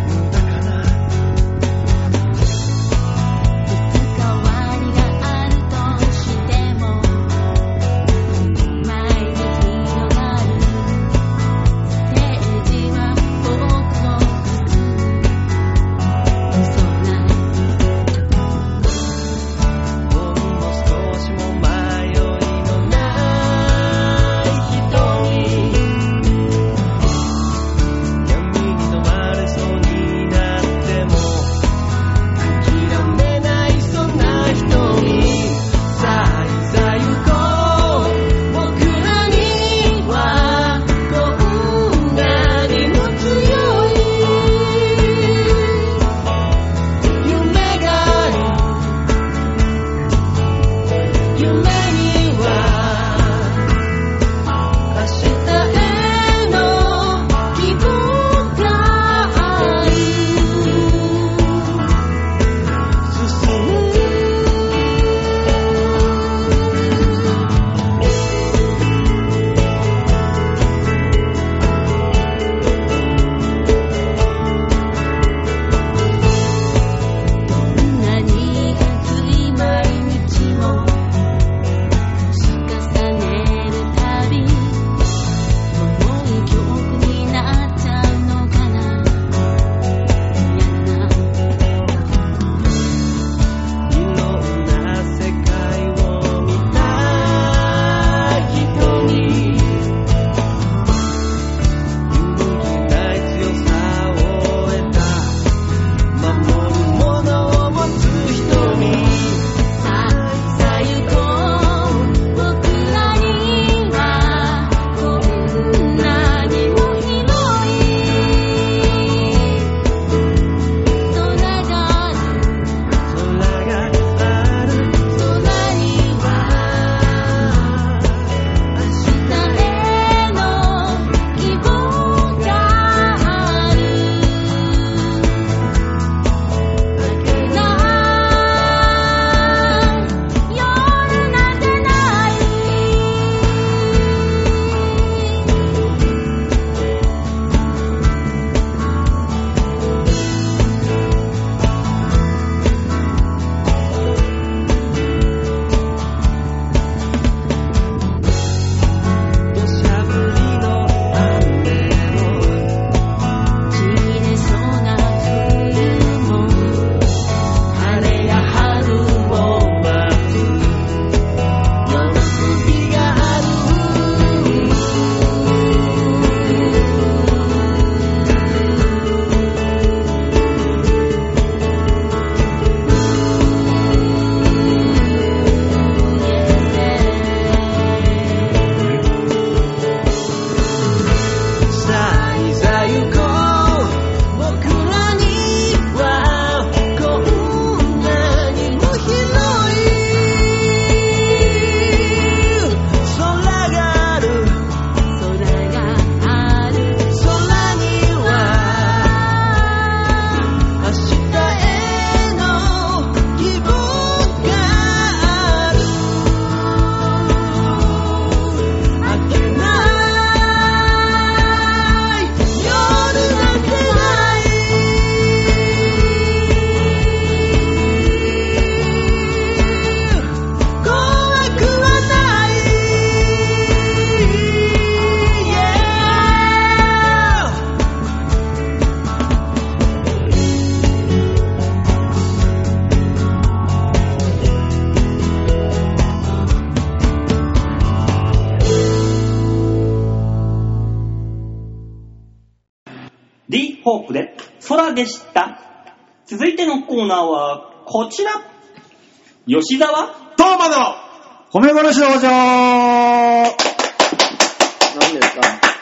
[SPEAKER 1] ホープで空でした。続いてのコーナーはこちら。吉沢
[SPEAKER 2] トーマの
[SPEAKER 3] 褒め殺し道場。
[SPEAKER 4] 何ですか？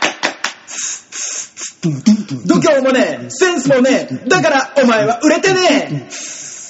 [SPEAKER 2] 度胸もねえ、センスもねえ、だからお前は売れてねえ。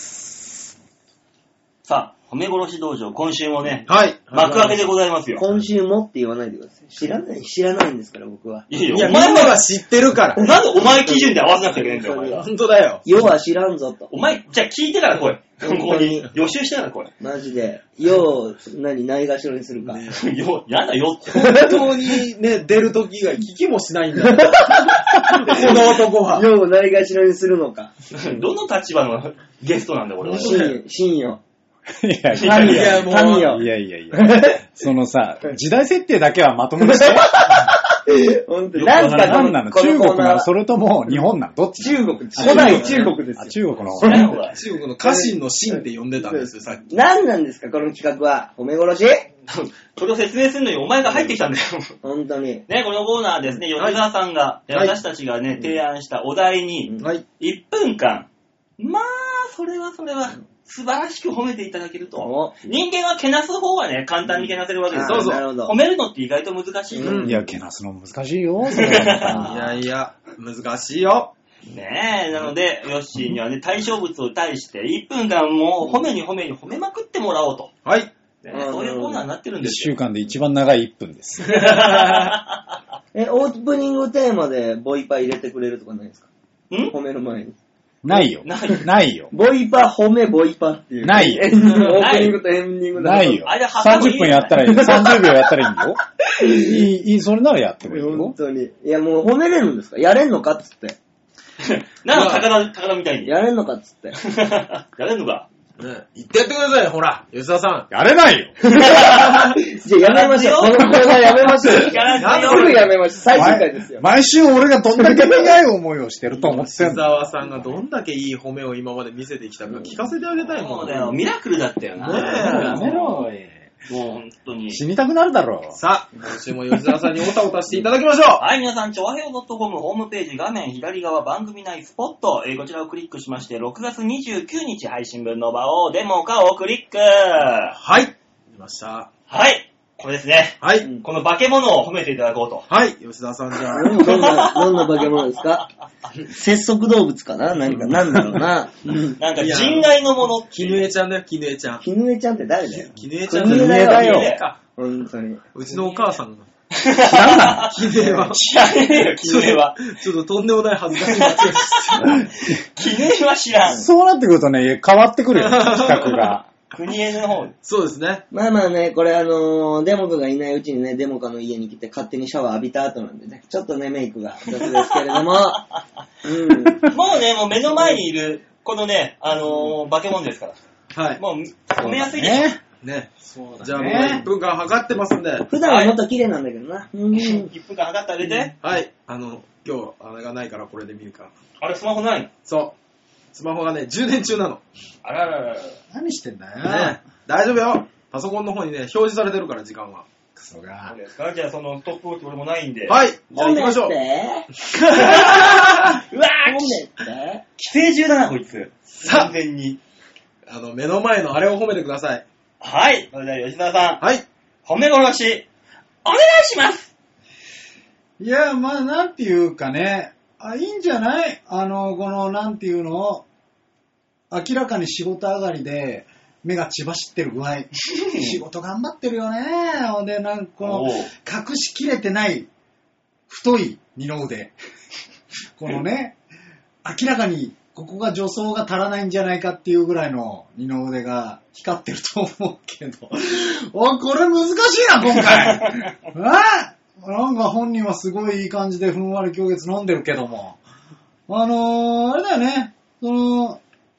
[SPEAKER 1] さあ、褒め殺し道場、今週もね、
[SPEAKER 2] はい。
[SPEAKER 1] 幕開けでございますよ。
[SPEAKER 4] 今週もって言わないでください。知らない、知らないんですから、僕は。
[SPEAKER 1] いやいや、
[SPEAKER 2] いや、
[SPEAKER 1] お前は
[SPEAKER 2] みんなが知ってるから。
[SPEAKER 1] なんでお前基準で合わせなきゃいけないんだよ、お前は。
[SPEAKER 2] 本当だよ。
[SPEAKER 4] 世は知らんぞと。
[SPEAKER 1] お前、じゃあ聞いてから来い。
[SPEAKER 4] 本当に
[SPEAKER 1] ここに予習してから来
[SPEAKER 4] マジで。世を、何、ないがしろにするか。
[SPEAKER 1] い。よ、やだよって。
[SPEAKER 2] 本当にね、出るとき以外聞きもしないんだよ。この男は。
[SPEAKER 4] 世をないがしろにするのか。
[SPEAKER 1] どの立場のゲストなんだよ、俺は。
[SPEAKER 4] 真よ、真よ。
[SPEAKER 3] いやい
[SPEAKER 4] 神
[SPEAKER 2] いや
[SPEAKER 4] よ、
[SPEAKER 2] もう
[SPEAKER 4] 神よ
[SPEAKER 3] や。いやいやいや。そのさ、時代設定だけはまともにして。
[SPEAKER 4] 本当に。なんすか、こ
[SPEAKER 3] 何なの
[SPEAKER 4] の、こ
[SPEAKER 3] 中国なの
[SPEAKER 4] のコーナーは。
[SPEAKER 3] それとも日本なのどっち
[SPEAKER 4] 中国、古代中国です
[SPEAKER 3] あ、
[SPEAKER 4] よ。
[SPEAKER 3] 中国の。
[SPEAKER 1] 何これ。
[SPEAKER 2] 中国の家臣の臣って呼んでたんですよ、さっき。
[SPEAKER 4] 何なんですか、この企画は。褒め殺し
[SPEAKER 1] それを説明するのにお前が入ってきたんだよ。
[SPEAKER 4] 本当に。
[SPEAKER 1] ね、このコーナーはですね、吉沢さんが、
[SPEAKER 2] はい
[SPEAKER 1] 私たちがね、提案したお題に、
[SPEAKER 2] はい。
[SPEAKER 1] いっぷんかん、まあ、それはそれは、素晴らしく褒めていただけると。
[SPEAKER 4] お
[SPEAKER 1] 人間はけなす方はね、簡単にけなせるわけですよ。
[SPEAKER 2] そうそう
[SPEAKER 4] なるほど。
[SPEAKER 1] 褒めるのって意外と難しい。
[SPEAKER 2] うん
[SPEAKER 3] いや、けなすの難しいよ。それはい
[SPEAKER 2] やいや、難しいよ。
[SPEAKER 1] ねえ、なので、ヨッシーにはね、対象物を対していっぷんかんもう褒めに褒めに褒めまくってもらおうと。
[SPEAKER 2] はい。
[SPEAKER 1] ね、
[SPEAKER 4] うん
[SPEAKER 1] そういうコーナーになってるん
[SPEAKER 3] 一
[SPEAKER 1] ですよ。
[SPEAKER 3] 週間で一番長いいっぷんです。
[SPEAKER 4] え、オープニングテーマでボイパ入れてくれるとかないですか？
[SPEAKER 1] ん
[SPEAKER 4] 褒める前に。
[SPEAKER 3] ないよ。
[SPEAKER 1] ない
[SPEAKER 3] ないよ。
[SPEAKER 4] ボイパ、褒め、ボイパっていう。
[SPEAKER 3] ないよ
[SPEAKER 4] エンディングオープニングとエンディングだけ
[SPEAKER 3] ないよ。
[SPEAKER 1] あれ
[SPEAKER 3] さんじゅっぷんやったらいい。さんじゅうびょうやったらいいんだよ。いい、いい、それならやってもいい
[SPEAKER 4] 本
[SPEAKER 3] よ。
[SPEAKER 4] 当に。いや、もう褒めれるんですか？やれんのかっつって。
[SPEAKER 1] なんか高田、高田みたいに。や
[SPEAKER 4] やれんのかっつって。
[SPEAKER 1] れんのか。
[SPEAKER 2] ね、言ってやってください、ほら、吉田さ
[SPEAKER 3] やれないよ。
[SPEAKER 4] じゃあやめましょう。このコーナーやめましょう。す
[SPEAKER 1] やらないよ
[SPEAKER 4] ぐやめましょう。最終回ですよ。
[SPEAKER 3] 毎週俺がどんだけ苦い思いをしてると思
[SPEAKER 2] ん。吉
[SPEAKER 3] ってんの。
[SPEAKER 2] 沢さんがどんだけいい褒めを今まで見せてきたか聞かせてあげたいもん
[SPEAKER 1] そうだよ、ミラクルだったよな。
[SPEAKER 2] ねえ
[SPEAKER 3] やめろ、おい。
[SPEAKER 1] もう本当に。
[SPEAKER 3] 死にたくなるだろう。
[SPEAKER 2] さあ、今週も吉沢さんにおたおたしていただきましょう。
[SPEAKER 1] はい、皆さん、ちょわへお .com ホームページ画面左側番組内スポット、えーこちらをクリックしまして、ろくがつにじゅうくにち配信分の場をデモ化をクリック。
[SPEAKER 2] はい。見ました。
[SPEAKER 1] はい、これですね。
[SPEAKER 2] はい。
[SPEAKER 1] この化け物を褒めていただこうと。
[SPEAKER 2] はい。吉沢さんじゃあ。
[SPEAKER 4] どんな、どんな化け物ですか？節足動物かな？何か、なんだろうな。
[SPEAKER 1] なんか人外のものって
[SPEAKER 2] 絹江ちゃんだよ、絹江ちゃん。
[SPEAKER 4] 絹江ちゃんって誰だよ？
[SPEAKER 2] 絹江ちゃん
[SPEAKER 4] 絹江
[SPEAKER 2] だ
[SPEAKER 4] だよ
[SPEAKER 2] 絹江か。
[SPEAKER 4] 本当に。
[SPEAKER 2] うちのお母さんが。
[SPEAKER 1] 絹
[SPEAKER 2] 江は
[SPEAKER 1] 知らねえよ、絹江は。
[SPEAKER 2] ちょっととんでもない恥ずかしい間違いです。
[SPEAKER 1] 絹江は知らん。
[SPEAKER 3] そうなってくるとね、変わってくるよ、企画が。
[SPEAKER 1] 国江の方。
[SPEAKER 2] そうですね。
[SPEAKER 4] まあまあね、これあのー、デモカがいないうちにね、デモカの家に来て勝手にシャワー浴びた後なんでね、ちょっとね、メイクが雑ですけれども、うん。
[SPEAKER 1] もうね、もう目の前にいる、このね、あのー、化け物ですから。
[SPEAKER 2] はい。
[SPEAKER 1] もう、褒めやすいです。
[SPEAKER 3] ね。
[SPEAKER 2] ね。
[SPEAKER 3] そうだね。
[SPEAKER 2] じゃあもういっぷんかん測ってますんで。
[SPEAKER 4] 普段はもっと綺麗なんだけどな。うん。
[SPEAKER 1] いっぷんかん測ってあげて。
[SPEAKER 2] はい。あの、今日、あれがないからこれで見るから。
[SPEAKER 1] あれ、スマホないの？
[SPEAKER 2] そう。スマホがね、充電中なの。
[SPEAKER 1] あらららら。
[SPEAKER 3] 何してんだよ。
[SPEAKER 2] ね。大丈夫よ。パソコンの方にね、表示されてるから、時間は。
[SPEAKER 3] クソ
[SPEAKER 1] そう
[SPEAKER 3] が。
[SPEAKER 1] ですか？じゃあ、そのストップウォッチ俺もないんで。
[SPEAKER 2] はい。じゃあ
[SPEAKER 4] 褒め
[SPEAKER 2] 行きましょう。
[SPEAKER 4] て。
[SPEAKER 1] うわ
[SPEAKER 4] 褒
[SPEAKER 1] ー
[SPEAKER 4] めて。
[SPEAKER 1] 寄生虫だな、こいつ。
[SPEAKER 2] さあ
[SPEAKER 1] 完全に。
[SPEAKER 2] あの、目の前のあれを褒めてください。
[SPEAKER 1] はい。それでは吉沢さん、
[SPEAKER 2] はい。
[SPEAKER 1] 褒め殺し、お願いします
[SPEAKER 3] いや、まあ、なんていうかね、あ、いいんじゃないあの、この、なんていうの、明らかに仕事上がりで、目が血走ってる具合。仕事頑張ってるよね。ほんで、なんかこの、
[SPEAKER 1] おう
[SPEAKER 3] 隠しきれてない、太い二の腕。このね、明らかに、ここが助走が足らないんじゃないかっていうぐらいの二の腕が光ってると思うけど。お、これ難しいな、今回。あなんか本人はすごいいい感じでふんわり狂月飲んでるけども。あのー、あれだよね。その、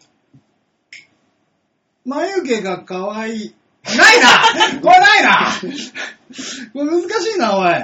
[SPEAKER 3] 眉毛が可愛い。ないなこれないなこれ難しいな、おい。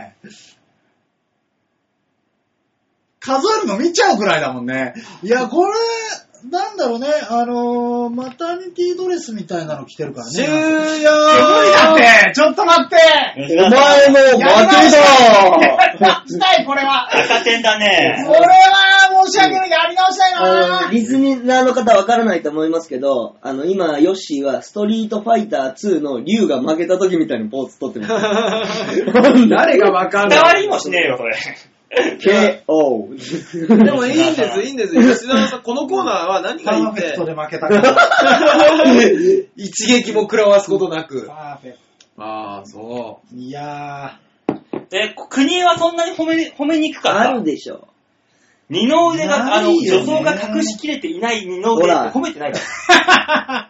[SPEAKER 3] 数えるの見ちゃうくらいだもんね。いや、これ、 なんだろうね、あのー、マタニティドレスみたいなの着てるからね。
[SPEAKER 2] 終了
[SPEAKER 3] 無理だってちょっと待って
[SPEAKER 4] お前も負けだ
[SPEAKER 3] したい、これは。
[SPEAKER 1] 赤点だね。
[SPEAKER 3] これは申し訳ない。やり直したいな
[SPEAKER 4] あの、リスナーの方はわからないと思いますけど、あの、今、ヨッシーはストリートファイターツーのリュウが負けた時みたいにポーズ取ってます。
[SPEAKER 2] 誰がわかん
[SPEAKER 1] 伝わ
[SPEAKER 2] ない。
[SPEAKER 1] りもしねえよ、それ。
[SPEAKER 4] ケーオー。
[SPEAKER 2] でもいいんです、いいんです。吉田さん、このコーナーは何がいいって
[SPEAKER 3] パーフェクト、で負けたから。
[SPEAKER 2] 一撃も食らわすことなく。
[SPEAKER 3] パーフェク
[SPEAKER 2] ああ、そ
[SPEAKER 3] ト。いや
[SPEAKER 1] で、国はそんなに褒め、褒めにくかった。
[SPEAKER 4] あるでしょ。
[SPEAKER 1] 二の腕が、あの、
[SPEAKER 3] ないよね
[SPEAKER 1] 女装が隠しきれていない二の腕って褒めてないから。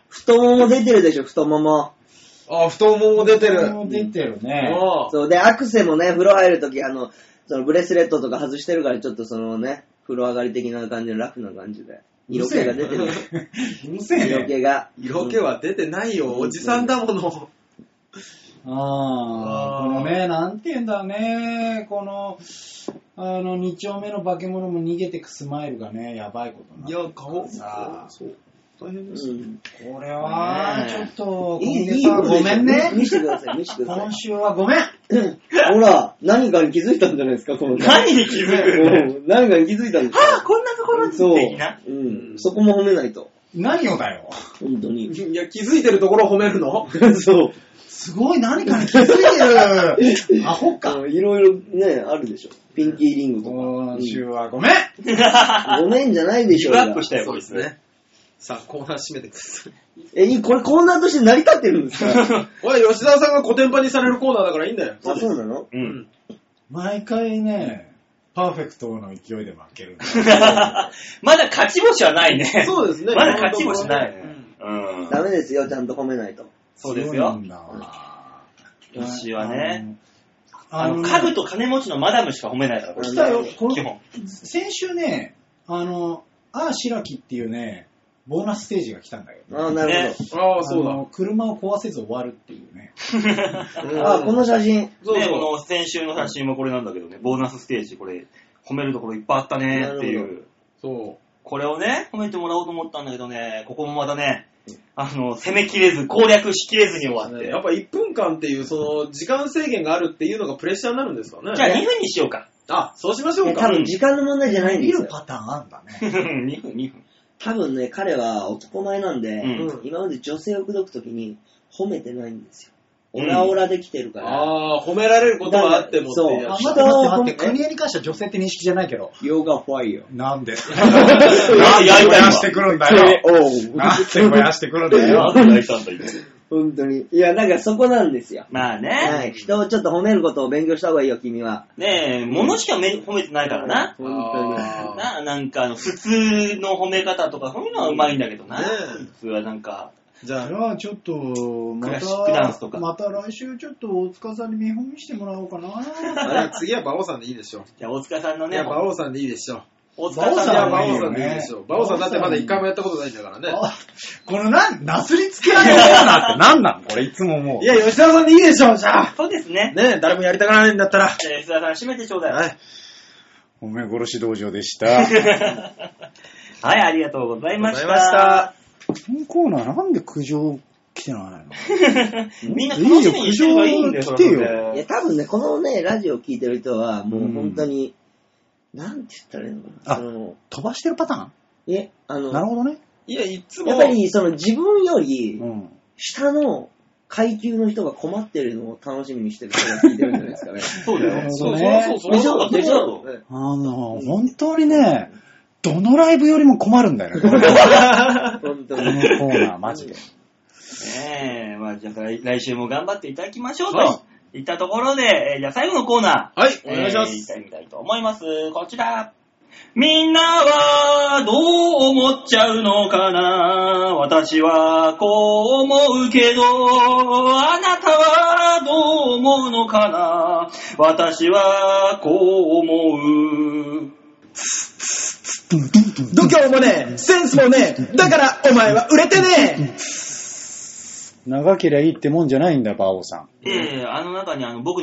[SPEAKER 4] 太もも出てるでしょ、太もも。
[SPEAKER 2] う。ああ、太もも出てる。
[SPEAKER 3] も出てるね。
[SPEAKER 2] ああ
[SPEAKER 4] そう、で、アクセもね、風呂入るとき、あの、そのブレスレットとか外してるから、ちょっとそのね、風呂上がり的な感じのラフな感じで。色気が出てる。
[SPEAKER 3] うるせえね。
[SPEAKER 4] 色気が。
[SPEAKER 2] 色気は出てないよ。おじさんだもの。
[SPEAKER 3] ああ、
[SPEAKER 2] あー
[SPEAKER 3] このね、なんて言うんだね、この、あの、二丁目の化け物も逃げてくスマイルがね、やばいことになってる
[SPEAKER 2] いや、顔、
[SPEAKER 3] さあ
[SPEAKER 2] そう。大変ですよ。
[SPEAKER 4] うん。
[SPEAKER 3] これは、ちょっと、
[SPEAKER 4] いい、
[SPEAKER 3] 今月はごめんね。
[SPEAKER 4] 見せてください、見せてください
[SPEAKER 3] 今。週はごめん。
[SPEAKER 4] ほら、何かに気づいたんじゃないですか、この人。
[SPEAKER 1] 何に気づく
[SPEAKER 4] うん何かに気づいたんです
[SPEAKER 1] は
[SPEAKER 4] か
[SPEAKER 1] ぁ、こんなところに
[SPEAKER 4] そう。
[SPEAKER 1] 的な。
[SPEAKER 4] うん。そこも褒めないと。
[SPEAKER 3] 何をだよ。
[SPEAKER 4] 本当に。
[SPEAKER 2] いや、気づいてるところを褒めるの
[SPEAKER 4] そう。
[SPEAKER 3] すごい何かに気づいてる。アホか。
[SPEAKER 4] あいろいろね、あるでしょ。ピンキーリングとか。
[SPEAKER 3] 今週はごめん。
[SPEAKER 4] うんごめんじゃないでしょ。
[SPEAKER 1] ギブアップしたよ、こいつ。
[SPEAKER 2] そうですね。さあ、コーナー締めてください。
[SPEAKER 4] え、いいこれコーナーとして成り立ってるんですか
[SPEAKER 2] おい、吉沢さんがコテンパンにされるコーナーだからいいんだよ。
[SPEAKER 4] あ、そうなの
[SPEAKER 1] う。ん。
[SPEAKER 3] 毎回ね、パーフェクトの勢いで負けるんだ。
[SPEAKER 1] まだ勝ち星はないね。
[SPEAKER 2] そうですね。
[SPEAKER 1] まだ勝ち星ないね。うん。
[SPEAKER 4] ダメですよ、ちゃんと褒めないと。
[SPEAKER 1] そうですよ
[SPEAKER 3] 強いん。だわ。
[SPEAKER 1] よしはね。
[SPEAKER 3] あの、
[SPEAKER 1] あの、家具と金持ちのマダムしか褒めないから、これ
[SPEAKER 3] 来たよ。こ
[SPEAKER 1] 基本。
[SPEAKER 3] 先週ね、あの、ああ、白木っていうね、ボーナスステージが来たんだけど、
[SPEAKER 4] ああ、なる
[SPEAKER 1] ね
[SPEAKER 2] ああ、そうだ。
[SPEAKER 3] あの車を壊せず終わるっていうね。
[SPEAKER 4] ほど。ああ、この写真。
[SPEAKER 1] ね、
[SPEAKER 2] そうそう。
[SPEAKER 1] この先週の写真もこれなんだけどね、ボーナスステージ、これ、褒めるところいっぱいあったねってい
[SPEAKER 4] なる
[SPEAKER 1] う。
[SPEAKER 2] そ
[SPEAKER 1] これをね、褒めてもらおうと思ったんだけどね、ここもまたね、あの、攻めきれず、攻略しきれずに終わ
[SPEAKER 2] う。
[SPEAKER 1] って。
[SPEAKER 2] ねやっぱいっぷんかんっていう、その、時間制限があるっていうのがプレッシャーになるんですかね。
[SPEAKER 1] じゃあにふんにしようか。
[SPEAKER 2] あ、そうしましょうか。
[SPEAKER 4] 多分時間の問題じゃないんですよ。
[SPEAKER 3] 見るパターンあんだね。
[SPEAKER 1] にふん、にふん。
[SPEAKER 4] 多分ね、彼は男前なんで、
[SPEAKER 1] うん
[SPEAKER 4] 今まで女性を口説くときに褒めてないんですよ。オラオラできてるから。
[SPEAKER 2] ああ、褒められることはあってもっていうやつ。
[SPEAKER 3] あ待って待って待って、国枝に関しては女性って認識じゃないけど。
[SPEAKER 4] ヨガファイヤー。
[SPEAKER 3] なんで
[SPEAKER 1] あやりたいわ
[SPEAKER 3] 燃やしてくるんだよ。
[SPEAKER 4] おう
[SPEAKER 3] なんで燃やしてくるんだよ。
[SPEAKER 1] なんで泣いたんだ、今。
[SPEAKER 4] 本当に。いや、だからそこなんですよ。
[SPEAKER 1] まあね。
[SPEAKER 4] はい。人をちょっと褒めることを勉強した方がいいよ、君は。
[SPEAKER 1] ねえ、物しかめ褒めてないからな。
[SPEAKER 4] 本当に。
[SPEAKER 2] あー
[SPEAKER 1] ななんかあの、普通の褒め方とか、そういうのはうまいんだけどな。
[SPEAKER 2] ね
[SPEAKER 1] 普通はなんか、
[SPEAKER 2] じゃあ
[SPEAKER 3] じ、ゃあちょっと、ま
[SPEAKER 1] クラシックダンスとか
[SPEAKER 3] た、また来週ちょっと大塚さんに見本見してもらおうかな。
[SPEAKER 2] あれ次は馬王さんでいいでしょ。
[SPEAKER 1] じゃあ大塚さんのね、
[SPEAKER 2] いや、馬王さんでいいでしょ。
[SPEAKER 1] 大塚さん
[SPEAKER 2] いや、
[SPEAKER 3] 馬王
[SPEAKER 2] 馬
[SPEAKER 3] いいよね
[SPEAKER 2] 王さんでいいでしょ。馬王さんだってまだ一回もやったことないんだからね。
[SPEAKER 3] あこのな、なすりつけられるコーナーって何なんこれいつももう。
[SPEAKER 2] いや、吉田さんでいいでしょ、じゃあ。
[SPEAKER 1] そうですね。
[SPEAKER 2] ね誰もやりたがらないんだったら。
[SPEAKER 1] じゃあ吉田さん、締めてちょうだい。
[SPEAKER 2] はい。
[SPEAKER 3] おめ殺し道場でした。
[SPEAKER 1] はい、ありがとうございました。
[SPEAKER 2] ありがとうございました
[SPEAKER 3] このコーナーなんで苦情来てないの
[SPEAKER 1] みんな楽しみにしてればいいんだよ、
[SPEAKER 3] いいよ来てよ
[SPEAKER 1] それは
[SPEAKER 4] いや、多分ね、このね、ラジオ聞いてる人は、もう本当に、なんて言ったらいいのかな。
[SPEAKER 3] あ
[SPEAKER 4] その
[SPEAKER 3] 飛ばしてるパタ
[SPEAKER 4] いえ、あ
[SPEAKER 3] ーン
[SPEAKER 4] の、
[SPEAKER 3] なるほどね。
[SPEAKER 2] いや、いつも。
[SPEAKER 4] やっぱりその自分より
[SPEAKER 3] うん。
[SPEAKER 4] 下の階級の人が困ってるのを楽しみにしてる人が聞いてるんじゃないですかね。
[SPEAKER 1] そうだよ。
[SPEAKER 2] そう
[SPEAKER 3] ね
[SPEAKER 2] そうそう。
[SPEAKER 4] でしょでしょ
[SPEAKER 1] そう
[SPEAKER 3] あの、本当にね、どのライブよりも困るんだよね。この
[SPEAKER 4] 本当
[SPEAKER 3] コ
[SPEAKER 4] に。
[SPEAKER 3] ーナー、マジで。
[SPEAKER 1] ねえ、まあじゃあ来来週も頑張っていただきましょうと。
[SPEAKER 2] はい
[SPEAKER 1] いったところで、えーじゃあ最後のコーナー。
[SPEAKER 2] はい、お願いしま
[SPEAKER 1] えー行
[SPEAKER 2] す。
[SPEAKER 1] ってみたいと思います。こちら。みんなはどう思っちゃうのかな？私はこう思うけど、あなたはどう思うのかな？私はこう思う。
[SPEAKER 2] 度胸もねえ、センスもねえ、だからお前は売れてね
[SPEAKER 3] 長けりゃいいってもんじゃないんだ、馬王さん。
[SPEAKER 1] ええあの中にあの僕の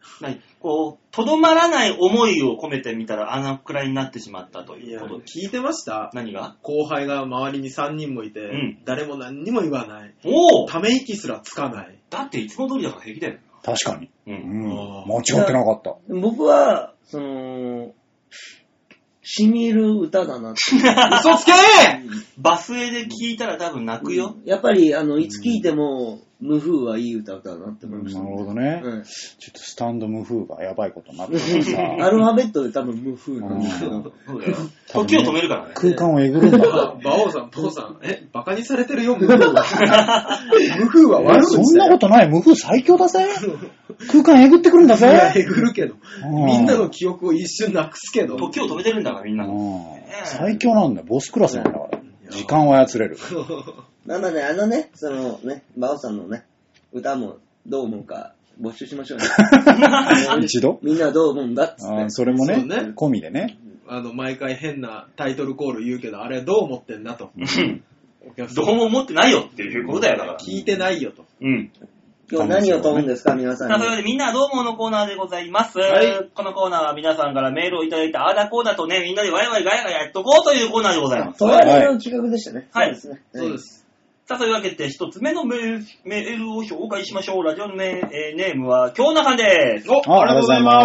[SPEAKER 1] 何こう、とどまらない思いを込めてみたらあのくらいになってしまったと
[SPEAKER 2] いや、
[SPEAKER 1] いうことで。
[SPEAKER 2] 聞いてました？
[SPEAKER 1] 何が？
[SPEAKER 2] 後輩が周りにさんにんもいて、
[SPEAKER 1] うん、
[SPEAKER 2] 誰も何にも言わない。
[SPEAKER 1] おお
[SPEAKER 2] ため息すらつかない。
[SPEAKER 1] だっていつも通りだから平気だよ。
[SPEAKER 3] 確かに。
[SPEAKER 1] うん。
[SPEAKER 3] うん、間違ってなかった。
[SPEAKER 4] 僕は、その、しみる歌だなって。
[SPEAKER 2] 嘘つけー
[SPEAKER 1] バスへで聞いたら多分泣くよ。
[SPEAKER 4] やっぱり、あの、いつ聞いても、無風はいい歌だなって思いました。
[SPEAKER 3] なるほどね。
[SPEAKER 4] うん、
[SPEAKER 3] ちょっとスタンド無風がやばいことになってるさ。
[SPEAKER 4] アルファベットで多分無風なんですけど。
[SPEAKER 1] そうだよ。時を止めるからね。
[SPEAKER 3] 空間をえぐるんだ。
[SPEAKER 2] バオさん、ポーさん、え、バカにされてるよ、無風は。無風は悪口だよ。
[SPEAKER 3] そんなことない。無風最強だぜ。空間えぐってくるんだぜ。
[SPEAKER 2] いや、えぐるけど。みんなの記憶を一瞬なくすけど。
[SPEAKER 1] 時を止めてるんだからみんな。
[SPEAKER 3] 最強なんだよ。ボスクラスなんだから。時間を操れる。
[SPEAKER 4] なので、あのね、そのね、バオさんのね、歌もどう思うか募集しましょうね。
[SPEAKER 3] 一度
[SPEAKER 4] みんなどう思うんだっつって。
[SPEAKER 3] それもね、
[SPEAKER 2] ね
[SPEAKER 3] 込みでね。
[SPEAKER 2] あの、毎回変なタイトルコール言うけど、あれどう思ってんだと。
[SPEAKER 1] どうも思ってないよっていうことだよ、だから。
[SPEAKER 2] 聞いてないよと。
[SPEAKER 1] うん。
[SPEAKER 4] 今日何を問うんですか、皆さんに。
[SPEAKER 1] さあ、それでみんなどうものコーナーでございます。
[SPEAKER 2] はい、
[SPEAKER 1] このコーナーは皆さんからメールをいただいたあーだこーだとね、みんなでワイワイガヤガヤやっとこうというコーナーでございます。
[SPEAKER 4] とあるの企画でしたね。
[SPEAKER 1] はい。
[SPEAKER 4] そうですね。
[SPEAKER 2] そうです。
[SPEAKER 1] さあ、そういうわけで一つ目のメール、メールを紹介しましょう。ラジオのメー、えー、ネームは京奈さんです。
[SPEAKER 2] お、ありがとうございます。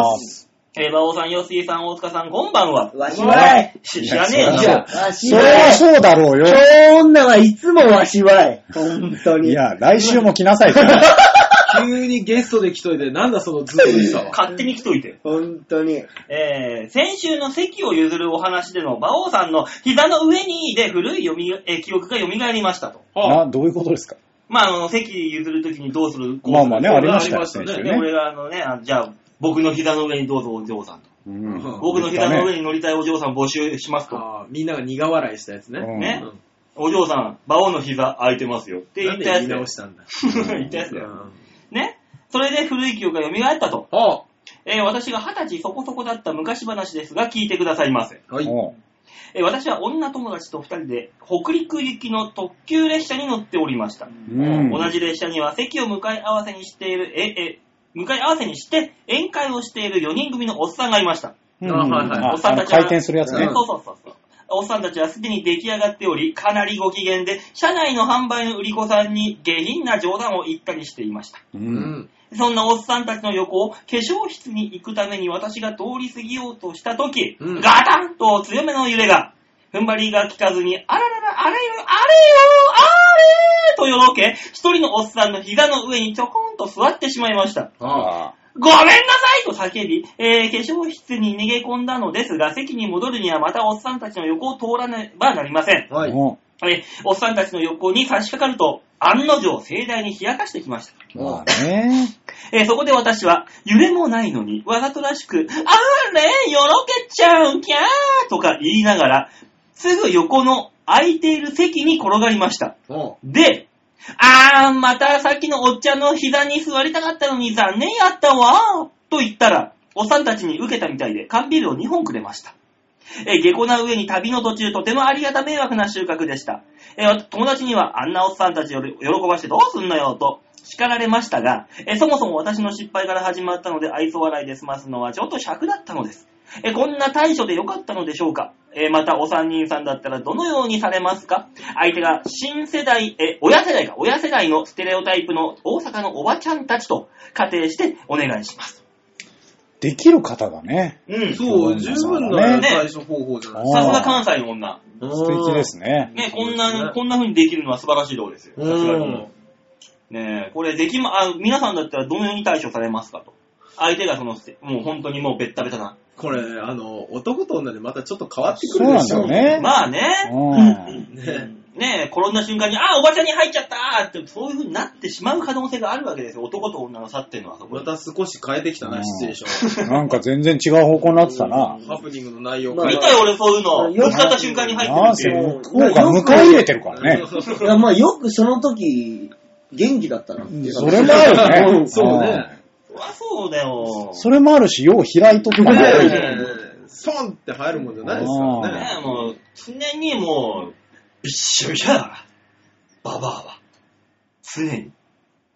[SPEAKER 1] えー、馬王さん、ヨッシーさん、大塚さん、こんばんは。
[SPEAKER 4] わしわい。
[SPEAKER 1] 知らねえよ。
[SPEAKER 4] わしわい。
[SPEAKER 3] それはそうだろうよ。
[SPEAKER 4] 今日女はいつもわしわい。本当に。
[SPEAKER 3] いや、来週も来なさいって。
[SPEAKER 2] 急にゲストで来といて、なんだそのずっとしたわ。
[SPEAKER 1] 勝手に来といて。
[SPEAKER 4] 本当に。
[SPEAKER 1] えー、先週の席を譲るお話での馬王さんの膝の上にで古い読み、えー、記憶が蘇りましたと。
[SPEAKER 3] あ、どういうことですか？
[SPEAKER 1] まあ、あの、席譲るときにどうする
[SPEAKER 3] まあまあね、ありましたね。
[SPEAKER 2] 先週
[SPEAKER 1] ね。俺があのね、あじゃあ、僕の膝の上にどうぞお嬢さんと。
[SPEAKER 3] うん、
[SPEAKER 1] 僕の膝の上に乗りたいお嬢さん募集しますと。
[SPEAKER 2] あみんなが苦笑いしたやつね。
[SPEAKER 3] うん、
[SPEAKER 1] ね。うん、お嬢さん、馬王の膝空いてますよって言ったやつ。
[SPEAKER 2] なんで言い直したんだ。
[SPEAKER 1] 言ったやつだよ。ね。それで古い記憶が蘇ったと。
[SPEAKER 2] あ
[SPEAKER 1] えー、私が二十歳そこそこだった昔話ですが、聞いてくださいませ。
[SPEAKER 2] はい。
[SPEAKER 1] えー、私は女友達と二人で北陸行きの特急列車に乗っておりました。
[SPEAKER 3] うん、
[SPEAKER 1] 同じ列車には席を向かい合わせにしている、え、え、向かい合わせにして宴会をしているよにん組のおっさんがいました。
[SPEAKER 3] うん、
[SPEAKER 2] あはいはい。
[SPEAKER 1] おっさんたちは
[SPEAKER 3] 回転するやつね。
[SPEAKER 1] そうそうそうそう。おっさんたちはすでに出来上がっており、かなりご機嫌で、車内の販売の売り子さんに下品な冗談を言ったりしていました。
[SPEAKER 3] う
[SPEAKER 2] うんん。
[SPEAKER 1] そんなおっさんたちの横を化粧室に行くために私が通り過ぎようとしたとき、
[SPEAKER 2] うん、
[SPEAKER 1] ガタンと強めの揺れが、踏ん張りが効かずに、あららら、あれよ、あれよ、あれとよろけ、一人のおっさんの膝の上にちょこんと座ってしまいました。
[SPEAKER 2] あ
[SPEAKER 1] ごめんなさいと叫び、えー、化粧室に逃げ込んだのですが、席に戻るにはまたおっさんたちの横を通らねばなりません。
[SPEAKER 2] はい。
[SPEAKER 1] えー、おっさんたちの横に差し掛かると、案の定盛大に冷やかしてきました。
[SPEAKER 3] まあね。
[SPEAKER 1] えー、そこで私は、揺れもないのに、わざとらしく、あれよろけちゃう、キャーとか言いながら、すぐ横の空いている席に転がりました。で、あー、またさっきのおっちゃんの膝に座りたかったのに残念やったわと言ったら、おっさんたちに受けたみたいで缶ビールをにほんくれました。えー、下戸な上に旅の途中とてもありがた迷惑な収穫でした。えー、友達にはあんなおっさんたちを喜ばしてどうすんのよと叱られましたが、えー、そもそも私の失敗から始まったので愛想笑いで済ますのはちょっと尺だったのです。えー、こんな対処でよかったのでしょうか。えー、またお三人さんだったらどのようにされますか。相手が新世代、えー、親世代か、親世代のステレオタイプの大阪のおばちゃんたちと仮定してお願いします。
[SPEAKER 3] できる方だね。
[SPEAKER 1] うん。
[SPEAKER 2] そう、十分な対処方法じゃないですか。
[SPEAKER 1] さすが関西の女。
[SPEAKER 3] 素敵ですね。
[SPEAKER 1] ね、こんな、こんな風にできるのは素晴らしいところですよ。さすがに。ねえ、これできま、あ、皆さんだったらどのように対処されますかと。相手がその、もう本当にもうベッタベタな。
[SPEAKER 2] これ、あの、男と女でまたちょっと変わってくるでしょ。
[SPEAKER 3] そうなんだよね。
[SPEAKER 1] まあね。
[SPEAKER 3] うん
[SPEAKER 2] ね
[SPEAKER 1] ねえ、転んだ瞬間に、あ、おばちゃんに入っちゃったーって、そういう風になってしまう可能性があるわけですよ。男と女の差っていうのはそこ
[SPEAKER 2] また少し変えてきたな、シチュエーション。
[SPEAKER 3] なんか全然違う方向になってたな。
[SPEAKER 2] ハプニングの内容
[SPEAKER 1] 見たよ、俺そういうの。ぶつかった瞬間に入ってるっていう。
[SPEAKER 3] 向こうが迎え入れてるからね。
[SPEAKER 4] いや、まあよくその時、元気だったな。
[SPEAKER 3] それもあるね。
[SPEAKER 2] そうね。
[SPEAKER 1] うわ、そうだよ。
[SPEAKER 3] それもあるし、よう開いとったも悪い。
[SPEAKER 2] ソンって入るもんじゃないですからね。
[SPEAKER 1] ねえ、もう、常にもう、びっしょびしょだから。ババアは。常に。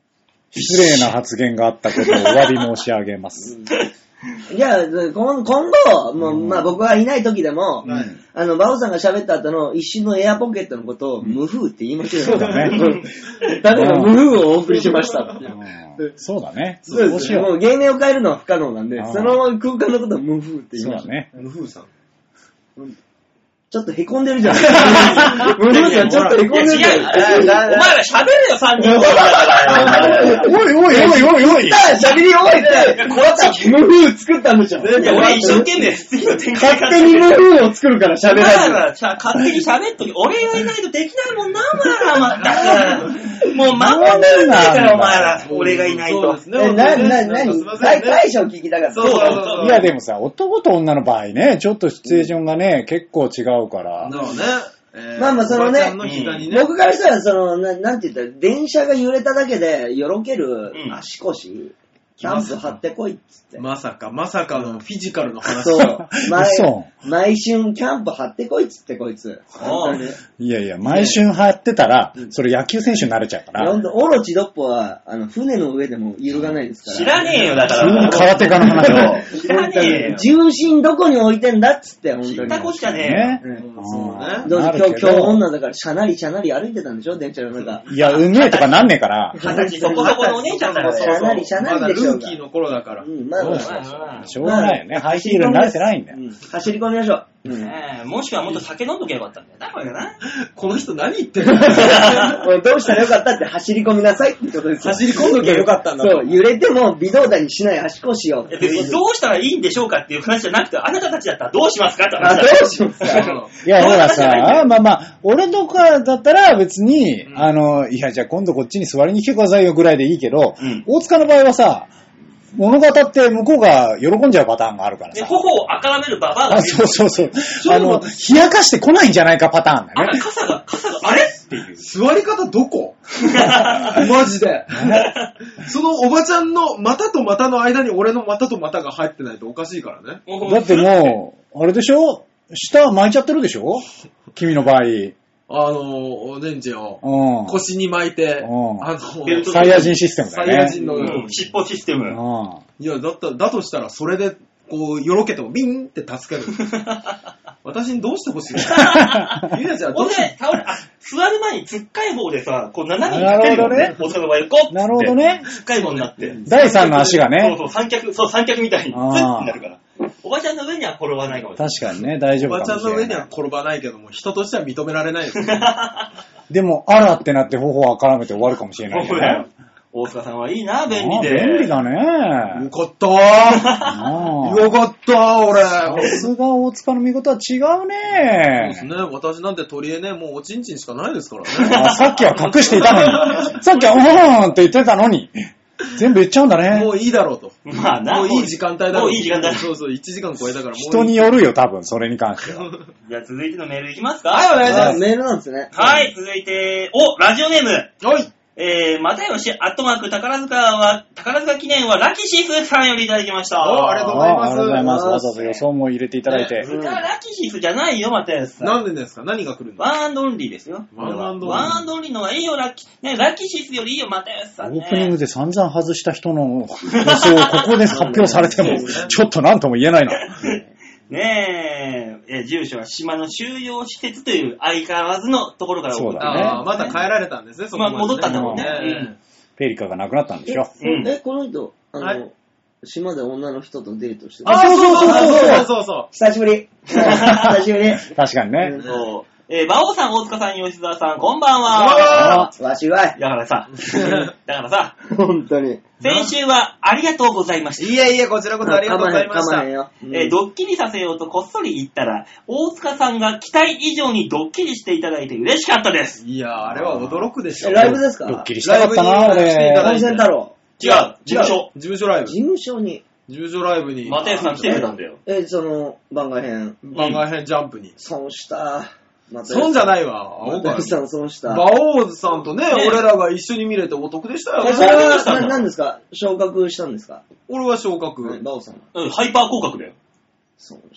[SPEAKER 3] 失礼な発言があったことをお詫び申し上げます。
[SPEAKER 4] いや、今度、もう、まあ僕はいない時でも、
[SPEAKER 2] はい、
[SPEAKER 4] あの、バオさんが喋った後の一瞬のエアポケットのことを、無風って言いましょうよ。
[SPEAKER 3] そうだね。
[SPEAKER 4] だから無風をお送りしましたって。
[SPEAKER 3] そうだね。
[SPEAKER 4] そうですよ。もう芸名を変えるのは不可能なんで、その空間のことは無風って言いましょう。
[SPEAKER 3] そうだね。
[SPEAKER 2] 無風さん。
[SPEAKER 4] ちょっと凹んでるじゃん。無風さんちょっと凹んでるじゃん。
[SPEAKER 1] お前ら喋れよ、さんにん。
[SPEAKER 3] おいおいおいおいおい。
[SPEAKER 4] 喋り多いって、こうやって無風作ったんでしょ。
[SPEAKER 1] いや、俺一生懸命次の展開
[SPEAKER 4] 勝手に無風を作るから喋ら
[SPEAKER 1] ず。勝手に喋っとき、俺がいないとできないもんな、お前ら、まったく。もう守んないから、お前ら。俺がいないと。
[SPEAKER 4] え、な、な、なに大将聞きたかった。
[SPEAKER 1] そうそうそう。
[SPEAKER 3] いや、でもさ、男と女の場合ね、ちょっとシチュエーションがね、結構違うから。
[SPEAKER 2] そうね。
[SPEAKER 4] えー、まあまあそのね、
[SPEAKER 2] のね
[SPEAKER 4] 僕からしたらそのな、なんて言ったら、電車が揺れただけでよろける足腰、うん、キャンプ張ってこいっつって。
[SPEAKER 2] まさか、まさかのフィジカルの話。
[SPEAKER 4] そう。毎, 毎春キャンプ張ってこいっつってこいつ。
[SPEAKER 3] いやいや、毎春張ってたら、それ野球選手になれちゃうから。
[SPEAKER 4] ほんと、オロチドッポは、あの、船の上でも揺るがないですから。
[SPEAKER 1] 知らねえよ、だから。
[SPEAKER 3] 空手家の話を。
[SPEAKER 1] 知らねえよ。
[SPEAKER 4] 重心どこに置いてんだっつって、ほんとに。
[SPEAKER 1] 知ったこっちゃねえよ。
[SPEAKER 4] そうね。どうぞ、今日、今日女だから、シャナリシャナリ歩いてたんでしょ、電車の中。
[SPEAKER 3] いや、うめえとかなんねえから。
[SPEAKER 1] 二十歳そこそこのお姉ちゃんだから。
[SPEAKER 4] シャナリシャナリでしょ。
[SPEAKER 2] ルーキーの頃だから。
[SPEAKER 4] うん、まあまあ。
[SPEAKER 3] しょうがないよね。ハイヒールに慣れてないんだよ。
[SPEAKER 4] 走り込みましょう。
[SPEAKER 1] うん、えー、もしくはもっと酒飲んどけばよかったんだよな、これがな。
[SPEAKER 2] この人何言ってるの
[SPEAKER 4] どうしたらよかったって走り込みなさいってことですよ。
[SPEAKER 2] 走り込んどけばよかったんだ。
[SPEAKER 4] そう、揺れても微動だにしない足腰を。
[SPEAKER 1] どうしたらいいんでしょうかっていう話じゃなくて、あなたたちだったらどうしますかって話だ。
[SPEAKER 4] あ、どうしますか
[SPEAKER 3] いや、ほらさ、まあまあ、俺とかだったら別に、うん、あの、いや、じゃあ今度こっちに座りに来てくださいよぐらいでいいけど、うん、大塚の場合はさ、物語って向こうが喜んじゃうパターンがあるからさ。
[SPEAKER 1] で、頬をあからめるババアが。
[SPEAKER 3] あ、そうそうそう。あの、冷やかしてこないんじゃないかパターンだね。
[SPEAKER 1] あ、傘が、傘が、あれっていう。
[SPEAKER 2] 座り方どこマジで。そのおばちゃんの股と股の間に俺の股と股が入ってないとおかしいからね。
[SPEAKER 3] だってもう、あれでしょ下巻いちゃってるでしょ君の場合。
[SPEAKER 2] あの、おでんちを腰に巻いて、
[SPEAKER 3] あの、サイヤ人システムだよね。
[SPEAKER 2] サイヤ人の、
[SPEAKER 1] うん、尻尾システム。
[SPEAKER 2] いや、だった、だとしたらそれで、こう、よろけてもビンって助ける。私にどうしてほしいのゆうなちゃん、どうして、
[SPEAKER 1] 倒れ、あ、座る前につっかい棒でさ、こう斜めにかけるもんね。大阪の場合、こう
[SPEAKER 3] なるほどね。
[SPEAKER 1] つっかい棒になって。
[SPEAKER 3] 第三の足がね。
[SPEAKER 1] そうそう、三脚、そう、三脚みたいに、ツッってなるから。おばちゃんの上には転ばないかもしれない。
[SPEAKER 3] 確かにね、大丈夫かもしれない。
[SPEAKER 2] おばちゃんの上には転ばないけども、人としては認められないですね。
[SPEAKER 3] でも、あらってなって頬をあからめて終わるかもしれないよね。
[SPEAKER 1] 大塚さんはいいな、便利で。
[SPEAKER 3] 便利だね。
[SPEAKER 2] よかったー。よかったー、俺。
[SPEAKER 3] さすが大塚の見事は違うね。
[SPEAKER 2] そうですね。私なんて取り柄ね、もうおちんちんしかないですからね。
[SPEAKER 3] あ、さっきは隠していたのに。さっきは、うーんって言ってたのに。全部言っちゃうんだね。
[SPEAKER 2] もういいだろうと。
[SPEAKER 1] まあな。
[SPEAKER 2] もういい時間帯だろう。
[SPEAKER 1] もういい時間帯。
[SPEAKER 2] そうそう、いちじかん超えたからもういい。
[SPEAKER 3] 人によるよ、多分、それに関しては。
[SPEAKER 1] じゃあ続いてのメールいきますか。
[SPEAKER 2] はい、お願いします。
[SPEAKER 4] メールなんですね。
[SPEAKER 1] はい、続いて、お、ラジオネーム。
[SPEAKER 2] はい。
[SPEAKER 1] えー、またよし、アットマーク、宝塚は、宝塚記念はラキシスさんよりいただきました。
[SPEAKER 2] お、ありがとうございます。
[SPEAKER 3] ありがとうございます。わざわざ予想も入れていただいて。
[SPEAKER 1] それはラキシスじゃないよ、またよしさん。
[SPEAKER 2] なんでですか？何が来るんですか？
[SPEAKER 1] ワンアンドオンリーですよ。
[SPEAKER 2] ワンアンドオンリー。
[SPEAKER 1] ワンアンドオンリーの方がいいよ、ラキ、ね、ラキシスよりいいよ、またよしさん、ね。
[SPEAKER 3] オープニングで散々外した人の予想をここで発表されても、ちょっとなんとも言えないな。
[SPEAKER 1] ねえ、え住所は島の収容施設という相変わらずのところから送って、
[SPEAKER 3] そうだね。
[SPEAKER 2] あまた帰られたんですね、そこまで、ね。
[SPEAKER 1] まあ、戻ったんだもんね。
[SPEAKER 3] うん、ペリカがなくなったんでしょ。
[SPEAKER 4] うん、え、この人、あの、はい、島で女の人とデートして
[SPEAKER 2] る。あ、そうそうそうそうそうそう。
[SPEAKER 4] 久しぶり。久しぶり。
[SPEAKER 3] 確かにね。
[SPEAKER 1] そう。えー、馬王さん、大塚さん、吉沢さん、こんばんは。
[SPEAKER 4] わしは。
[SPEAKER 1] だからさ、だからさ、
[SPEAKER 4] 本当に。
[SPEAKER 1] 先週はありがとうございました。
[SPEAKER 2] いやいや、こちらこそありがとうございました。
[SPEAKER 4] うん、
[SPEAKER 1] えー、ドッキリさせようとこっそり言ったら、大塚さんが期待以上にドッキリしていただいて嬉しかったです。
[SPEAKER 2] いや、あれは驚くでしょ。
[SPEAKER 4] ライブですか？
[SPEAKER 3] ドッキリしたかったな、俺。
[SPEAKER 4] 温泉太郎。
[SPEAKER 1] 違う、事務所。
[SPEAKER 2] 事務所ライブ。
[SPEAKER 4] 事務所に。
[SPEAKER 2] 事務所ライブに。
[SPEAKER 1] マテさん来てくれたんだよ。
[SPEAKER 4] え、その、番外編。
[SPEAKER 2] 番外編ジャンプに。
[SPEAKER 4] 損した。
[SPEAKER 2] 損じゃないわ。
[SPEAKER 4] 馬王さん損した。
[SPEAKER 2] 馬王さんとね、俺らが一緒に見れてお得でしたよね。
[SPEAKER 4] それは何ですか？昇格したんですか？
[SPEAKER 2] 俺は昇格。
[SPEAKER 4] 馬王さん。
[SPEAKER 1] うん、ハイパー降格だよ。
[SPEAKER 4] 損した。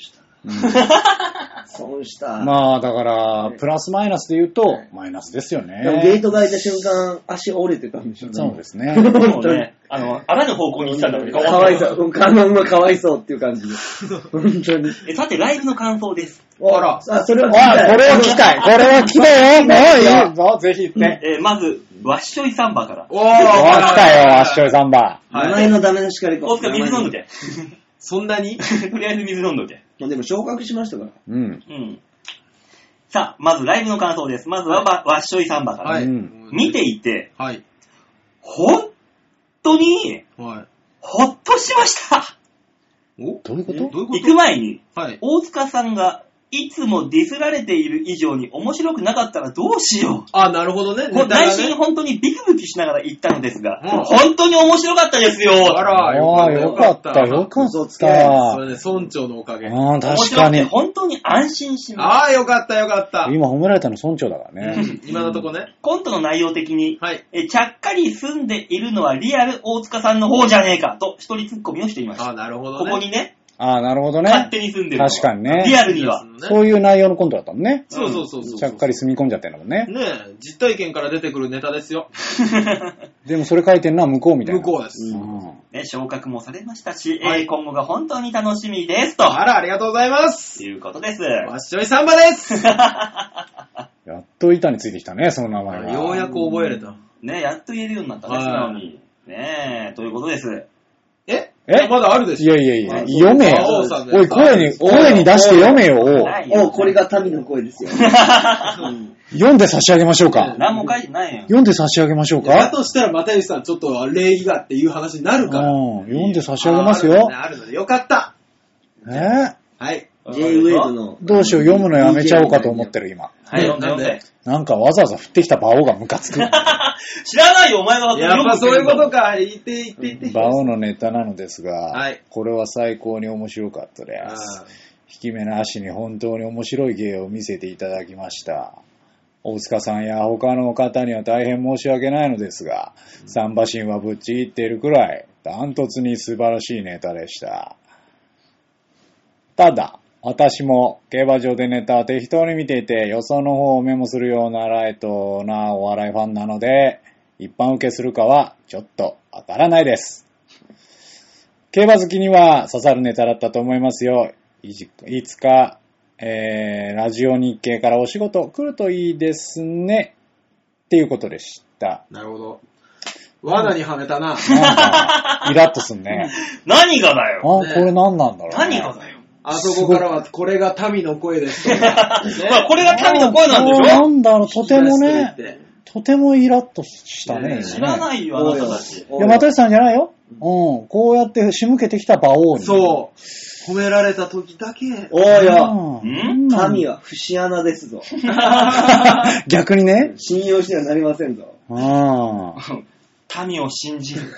[SPEAKER 4] 損した。
[SPEAKER 3] まあ、だから、プラスマイナスで言うと、マイナスですよね。
[SPEAKER 4] でもゲートが開いた瞬間、足折れてたんでしょうね。
[SPEAKER 3] そうですね。
[SPEAKER 1] 本当に。あの、あらぬ方向に行ったんだけど、
[SPEAKER 4] かわいそう。カノンがかわいそうっていう感じで。本当に。
[SPEAKER 1] え、さて、ライブの感想です。
[SPEAKER 2] あら。
[SPEAKER 4] あ、それは聞き
[SPEAKER 3] あ、
[SPEAKER 4] たい。
[SPEAKER 3] これは聞きたい。これは聞きたいよ。もういいぞ、ぜひ言って。
[SPEAKER 1] えー、まず、ワッショイサンバから。
[SPEAKER 2] おー、
[SPEAKER 3] おー、来たよ、ワッショイサンバ。
[SPEAKER 4] 名前のダメ出しからいこう。
[SPEAKER 1] 大塚水飲んどけ。
[SPEAKER 2] そんなに
[SPEAKER 1] とりあえず水飲んどけ。
[SPEAKER 4] でも昇格しましたから。
[SPEAKER 3] うん。
[SPEAKER 1] うん。さあ、まずライブの感想です。まずは、はい、ワッショイサンバから。
[SPEAKER 2] はい。
[SPEAKER 3] うん、
[SPEAKER 1] 見ていて、
[SPEAKER 2] はい。
[SPEAKER 1] 本当に、
[SPEAKER 2] はい。
[SPEAKER 1] ほっとしました。
[SPEAKER 2] お
[SPEAKER 3] どういうこと？
[SPEAKER 2] どういうこと？
[SPEAKER 1] 行く前に、
[SPEAKER 2] はい。
[SPEAKER 1] 大塚さんがいつもディスられている以上に面白くなかったらどうしよう。
[SPEAKER 2] あ、なるほどね。
[SPEAKER 1] もう内
[SPEAKER 2] ネタがね
[SPEAKER 1] 心本当にビクビクしながら行ったのですが、
[SPEAKER 2] うん
[SPEAKER 1] 本当に面白かったですよ。
[SPEAKER 2] あら、
[SPEAKER 3] ああ、よかった、よかっ
[SPEAKER 4] 嘘つけ
[SPEAKER 3] た。
[SPEAKER 2] それね、村長のおかげ。
[SPEAKER 3] うん、
[SPEAKER 1] 面
[SPEAKER 3] 確
[SPEAKER 1] 白くて
[SPEAKER 3] かに。
[SPEAKER 1] 本当に安心しま
[SPEAKER 2] ああ、よかった、よかった。
[SPEAKER 3] 今褒められたの村長だからね。
[SPEAKER 2] 今のとこね。
[SPEAKER 1] す。コントの内容的に、
[SPEAKER 2] はい。
[SPEAKER 1] えちゃっかり住んでいるのはリアル大塚さんの方じゃねえかと一人ツッコミをしていました。
[SPEAKER 2] ああ、なるほど
[SPEAKER 1] こ
[SPEAKER 2] ね。
[SPEAKER 1] こにね、
[SPEAKER 3] ああ、なるほど
[SPEAKER 1] 勝
[SPEAKER 3] ね。
[SPEAKER 1] 手に住んでるのは
[SPEAKER 3] 確かにね
[SPEAKER 1] リアルには。
[SPEAKER 3] そういう内容のコントだったもんね。
[SPEAKER 2] そうそうそうそう。
[SPEAKER 3] ちゃっかり住み込んじゃってんだもんね。
[SPEAKER 2] ねえ、実体験から出てくるネタですよ。
[SPEAKER 3] でもそれ書いてんのは向こうみたいな。
[SPEAKER 2] 向こうです。
[SPEAKER 3] うん
[SPEAKER 1] ね、昇格もされましたし、
[SPEAKER 2] はい
[SPEAKER 1] えー今後が本当に楽しみですと
[SPEAKER 2] あら、ありがとうございます。
[SPEAKER 1] いうことです。
[SPEAKER 2] わっしょいサンバです。
[SPEAKER 3] やっと板についてきたね、その名前が。
[SPEAKER 2] ようやく覚えれた。
[SPEAKER 1] ね、やっと言えるようになったね、素直に。ねえ、ということです。
[SPEAKER 2] え
[SPEAKER 3] え
[SPEAKER 2] まだあるで
[SPEAKER 3] い
[SPEAKER 2] しょ。
[SPEAKER 3] やいやいや、
[SPEAKER 4] あ
[SPEAKER 3] 読め
[SPEAKER 2] 馬王
[SPEAKER 3] よ。
[SPEAKER 2] さんのやつ
[SPEAKER 3] おい、声に、声に出して読めよ。
[SPEAKER 1] ないよ
[SPEAKER 4] お、これが民の声ですよ。うん
[SPEAKER 3] 読んで差し上げましょうか。
[SPEAKER 1] 何も書いてないよ。
[SPEAKER 3] 読んで差し上げましょう
[SPEAKER 2] だ
[SPEAKER 3] か。
[SPEAKER 2] としたら、又吉さん、ちょっと礼儀がっていう話になるから。
[SPEAKER 3] うん、読んで差し上げますよ。
[SPEAKER 2] あるので、よかった。
[SPEAKER 3] え
[SPEAKER 2] はい。
[SPEAKER 4] J ウェイブの。
[SPEAKER 3] どうしよう、読むのやめちゃおうかと思ってる、今。
[SPEAKER 1] はい、読んで読んで。
[SPEAKER 3] なんかわざわざ降ってきた馬王がムカつく。
[SPEAKER 1] 知らないよ、お前が
[SPEAKER 2] やっぱそういうことか。言って言って言って。
[SPEAKER 3] 馬王のネタなのですが、
[SPEAKER 2] はい
[SPEAKER 3] これは最高に面白かったです。
[SPEAKER 2] あ
[SPEAKER 3] 引き目なしに本当に面白い芸を見せていただきました。大塚さんや他の方には大変申し訳ないのですが、サンバシンはぶっちぎっているくらい、ダントツに素晴らしいネタでした。ただ、私も競馬場でネタを適当に見ていて、予想の方をメモするようなライトなお笑いファンなので、一般受けするかはちょっとわからないです。競馬好きには刺さるネタだったと思いますよ。いついつか、えー、ラジオ日経からお仕事来るといいですね。っていうことでした。
[SPEAKER 2] なるほど。罠にはめたな。
[SPEAKER 3] なんか、イラッとすんね。
[SPEAKER 1] 何がだよ。
[SPEAKER 3] あ、これ何なんだろう、ね。
[SPEAKER 1] 何がだよ。
[SPEAKER 2] あそこからは、これが民の声ですとか。
[SPEAKER 1] まあこれが民の声なんでし
[SPEAKER 3] あ
[SPEAKER 1] ょ
[SPEAKER 3] なんだろう、とてもね、
[SPEAKER 2] ね。
[SPEAKER 3] とてもイラッとしたね。
[SPEAKER 1] 知らないよ、あなたたち。
[SPEAKER 3] いや、又吉さんじゃないよ。うん。こうやって仕向けてきた馬王に。
[SPEAKER 2] そう。褒められた時だけ。
[SPEAKER 4] おいよ。
[SPEAKER 3] うん。
[SPEAKER 4] 神は節穴ですぞ。
[SPEAKER 3] 逆にね。
[SPEAKER 4] 信用してはなりませんぞ。
[SPEAKER 3] あ
[SPEAKER 1] 民を信じる。
[SPEAKER 2] 立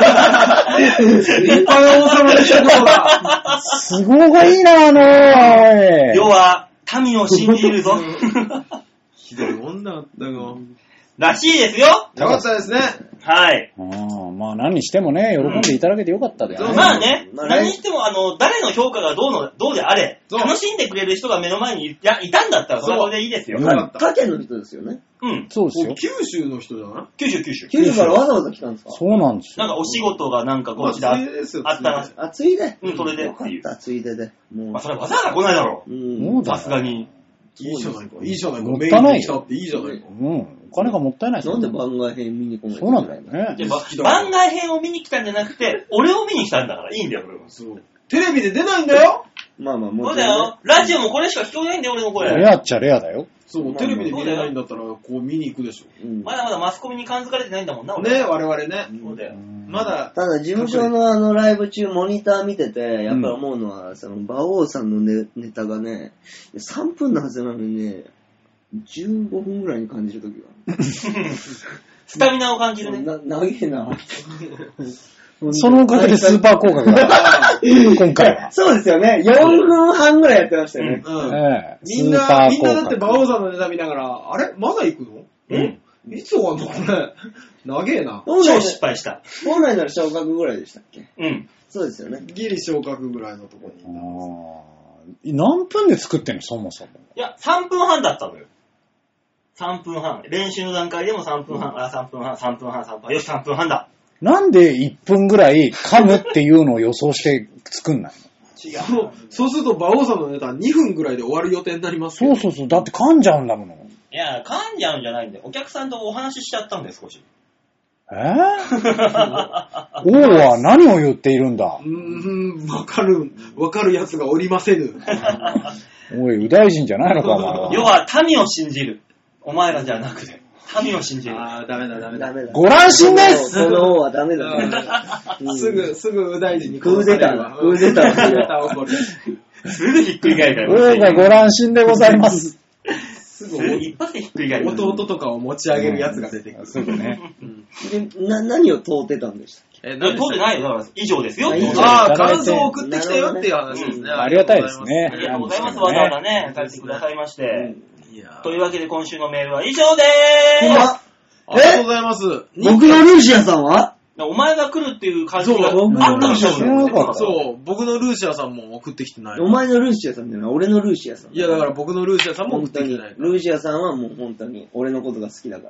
[SPEAKER 2] 派な王様でしたことだ。
[SPEAKER 3] あ。すごいがいいな、あのー、おい。
[SPEAKER 1] 要は、民を信じるぞ。
[SPEAKER 2] ひどい女だったよ。
[SPEAKER 1] らしいですよ。
[SPEAKER 2] よかったですね。
[SPEAKER 1] はい。
[SPEAKER 3] ああ、まあ何にしてもね、喜んでいただけてよかっただよね。
[SPEAKER 2] うん
[SPEAKER 1] まあね、
[SPEAKER 4] まあ
[SPEAKER 1] 何にしても、あの、誰の評価がどうの、どうであれ、
[SPEAKER 2] そう
[SPEAKER 1] 楽しんでくれる人が目の前にいやいたんだったら、それはそれでいいですよ。
[SPEAKER 3] うん
[SPEAKER 2] よかった。
[SPEAKER 4] 他県の人ですよね。
[SPEAKER 1] うん。
[SPEAKER 3] そうですよ。
[SPEAKER 2] 九州の人じゃない
[SPEAKER 1] 九州九州。
[SPEAKER 4] 九州からわざわざ来たんですか？
[SPEAKER 3] そうなんですよ。
[SPEAKER 1] なんかお仕事がなんかこっちであ
[SPEAKER 2] まあついでですよ
[SPEAKER 1] あったら
[SPEAKER 2] ついで
[SPEAKER 4] あ、ついで。
[SPEAKER 1] うんそれで
[SPEAKER 4] よかった、ついでで。も
[SPEAKER 1] まあそれわざわざ来ないだろ
[SPEAKER 4] う。
[SPEAKER 1] う。
[SPEAKER 4] うん。
[SPEAKER 3] だ
[SPEAKER 1] さすがに。
[SPEAKER 2] いいじゃないか。いいじゃないか。
[SPEAKER 3] もっ
[SPEAKER 2] メイ
[SPEAKER 3] たいないよ
[SPEAKER 2] ンに来たっていいじゃないか。
[SPEAKER 3] うん。お金がもったいないですよ
[SPEAKER 4] なんで番外編見に来ない
[SPEAKER 3] そうなんだよね。
[SPEAKER 1] でば番外編を見に来たんじゃなくて、俺を見に来たんだからいいんだよ、これは。
[SPEAKER 2] そう。テレビで出ないんだよ。
[SPEAKER 4] まあまあ、も
[SPEAKER 1] そうだよ。ラジオもこれしか聞こえないんだよ、俺の声。
[SPEAKER 3] レアっちゃレアだよ。
[SPEAKER 2] そう、テレビで見れないんだったら、こう見に行くでしょ。
[SPEAKER 4] うん
[SPEAKER 1] まだまだマスコミに感づかれてないんだもんな、俺。
[SPEAKER 2] ね、我々ね。
[SPEAKER 1] そうだよ。
[SPEAKER 2] まだ、
[SPEAKER 4] ただ、事務所のあのライブ中、モニター見てて、やっぱり思うのは、その、馬王さんのネネタがね、さんぷんのはずなのにね、じゅうごふんぐらいに感じるときが。
[SPEAKER 1] スタミナを感じるね。
[SPEAKER 4] な、長えな。
[SPEAKER 3] そのおかげでスーパー効果が、今回は。
[SPEAKER 4] そうですよね。よんぷんはんぐらいやってましたよね。
[SPEAKER 2] うん。
[SPEAKER 3] ええ
[SPEAKER 2] みんな、みんなだって馬王さんのネタ見ながら、あれまだ行くの
[SPEAKER 1] うん。
[SPEAKER 2] いつ終わんのこれ。長えな。
[SPEAKER 1] 超
[SPEAKER 4] 本来
[SPEAKER 1] 失敗した。
[SPEAKER 4] 本来なら昇格ぐらいでしたっけ？
[SPEAKER 1] うん。
[SPEAKER 4] そうですよね。
[SPEAKER 2] ギリ昇格ぐらいのとこに。
[SPEAKER 3] ああ
[SPEAKER 5] 何分で作ってんの、そもそも。
[SPEAKER 1] いや、さんぷんはんだったのよ。さんぷんはん。練習の段階でもさんぷんはん、うん、あ、さんぷんはん、さんぷんはん、さんぷんはん。よし、さんぷんはんだ。
[SPEAKER 5] なんでいっぷんぐらい噛むっていうのを予想して作んないの？
[SPEAKER 1] 違う。
[SPEAKER 2] そう、そうすると、馬王さんのネタはにふんぐらいで終わる予定になりますよ。
[SPEAKER 5] そうそうそう。だって噛んじゃうんだもの。
[SPEAKER 1] いや、噛んじゃうんじゃないんで、お客さんとお話ししちゃったんで、少し。
[SPEAKER 5] えー、王は何を言っているんだ？
[SPEAKER 2] うーん、わかる、わかるやつがおりませぬ。
[SPEAKER 5] おい、右大臣じゃないのか、お前は。
[SPEAKER 1] 要は、民を信じる。お前らじゃなくて、民を信じる。
[SPEAKER 2] あー、ダメだ、ダメだ。
[SPEAKER 4] ダメだ。
[SPEAKER 5] ご乱心です。
[SPEAKER 4] その王はダメだ、ね
[SPEAKER 2] うん、すぐ、すぐ右大臣に
[SPEAKER 4] クーデターだ。クーデター
[SPEAKER 2] クーデター起こる。
[SPEAKER 1] すぐひっくり返るから。
[SPEAKER 5] 王がご乱心でございます。
[SPEAKER 2] すぐ
[SPEAKER 1] 一発でひっくり返る。
[SPEAKER 2] 弟とかを持ち上げるやつが出てくる。
[SPEAKER 5] すぐね。
[SPEAKER 4] でな、何を問うてたんでしたっけ？
[SPEAKER 2] え、
[SPEAKER 1] 通ってないよ。だから、以上ですよ。
[SPEAKER 2] ああ、感想を送ってきたよっていう話ですね。
[SPEAKER 5] ありがたいですね。
[SPEAKER 1] ありがとうございます。わざわざね、書いてくださいまして。
[SPEAKER 2] いや
[SPEAKER 1] というわけで今週のメールは以上でーす。
[SPEAKER 2] ありがとうございます。
[SPEAKER 4] 僕のルーシアさんは
[SPEAKER 1] お前が来るっていう感じがあ
[SPEAKER 2] そう
[SPEAKER 1] ったでしょ。
[SPEAKER 2] そう、僕のルーシアさんも送ってきてない。
[SPEAKER 4] お前のルーシアさんじゃない、俺のルーシアさん。
[SPEAKER 2] いや、だから僕のルーシアさんも送ってきてない。
[SPEAKER 4] ルーシアさんはもう本当に俺のことが好きだから。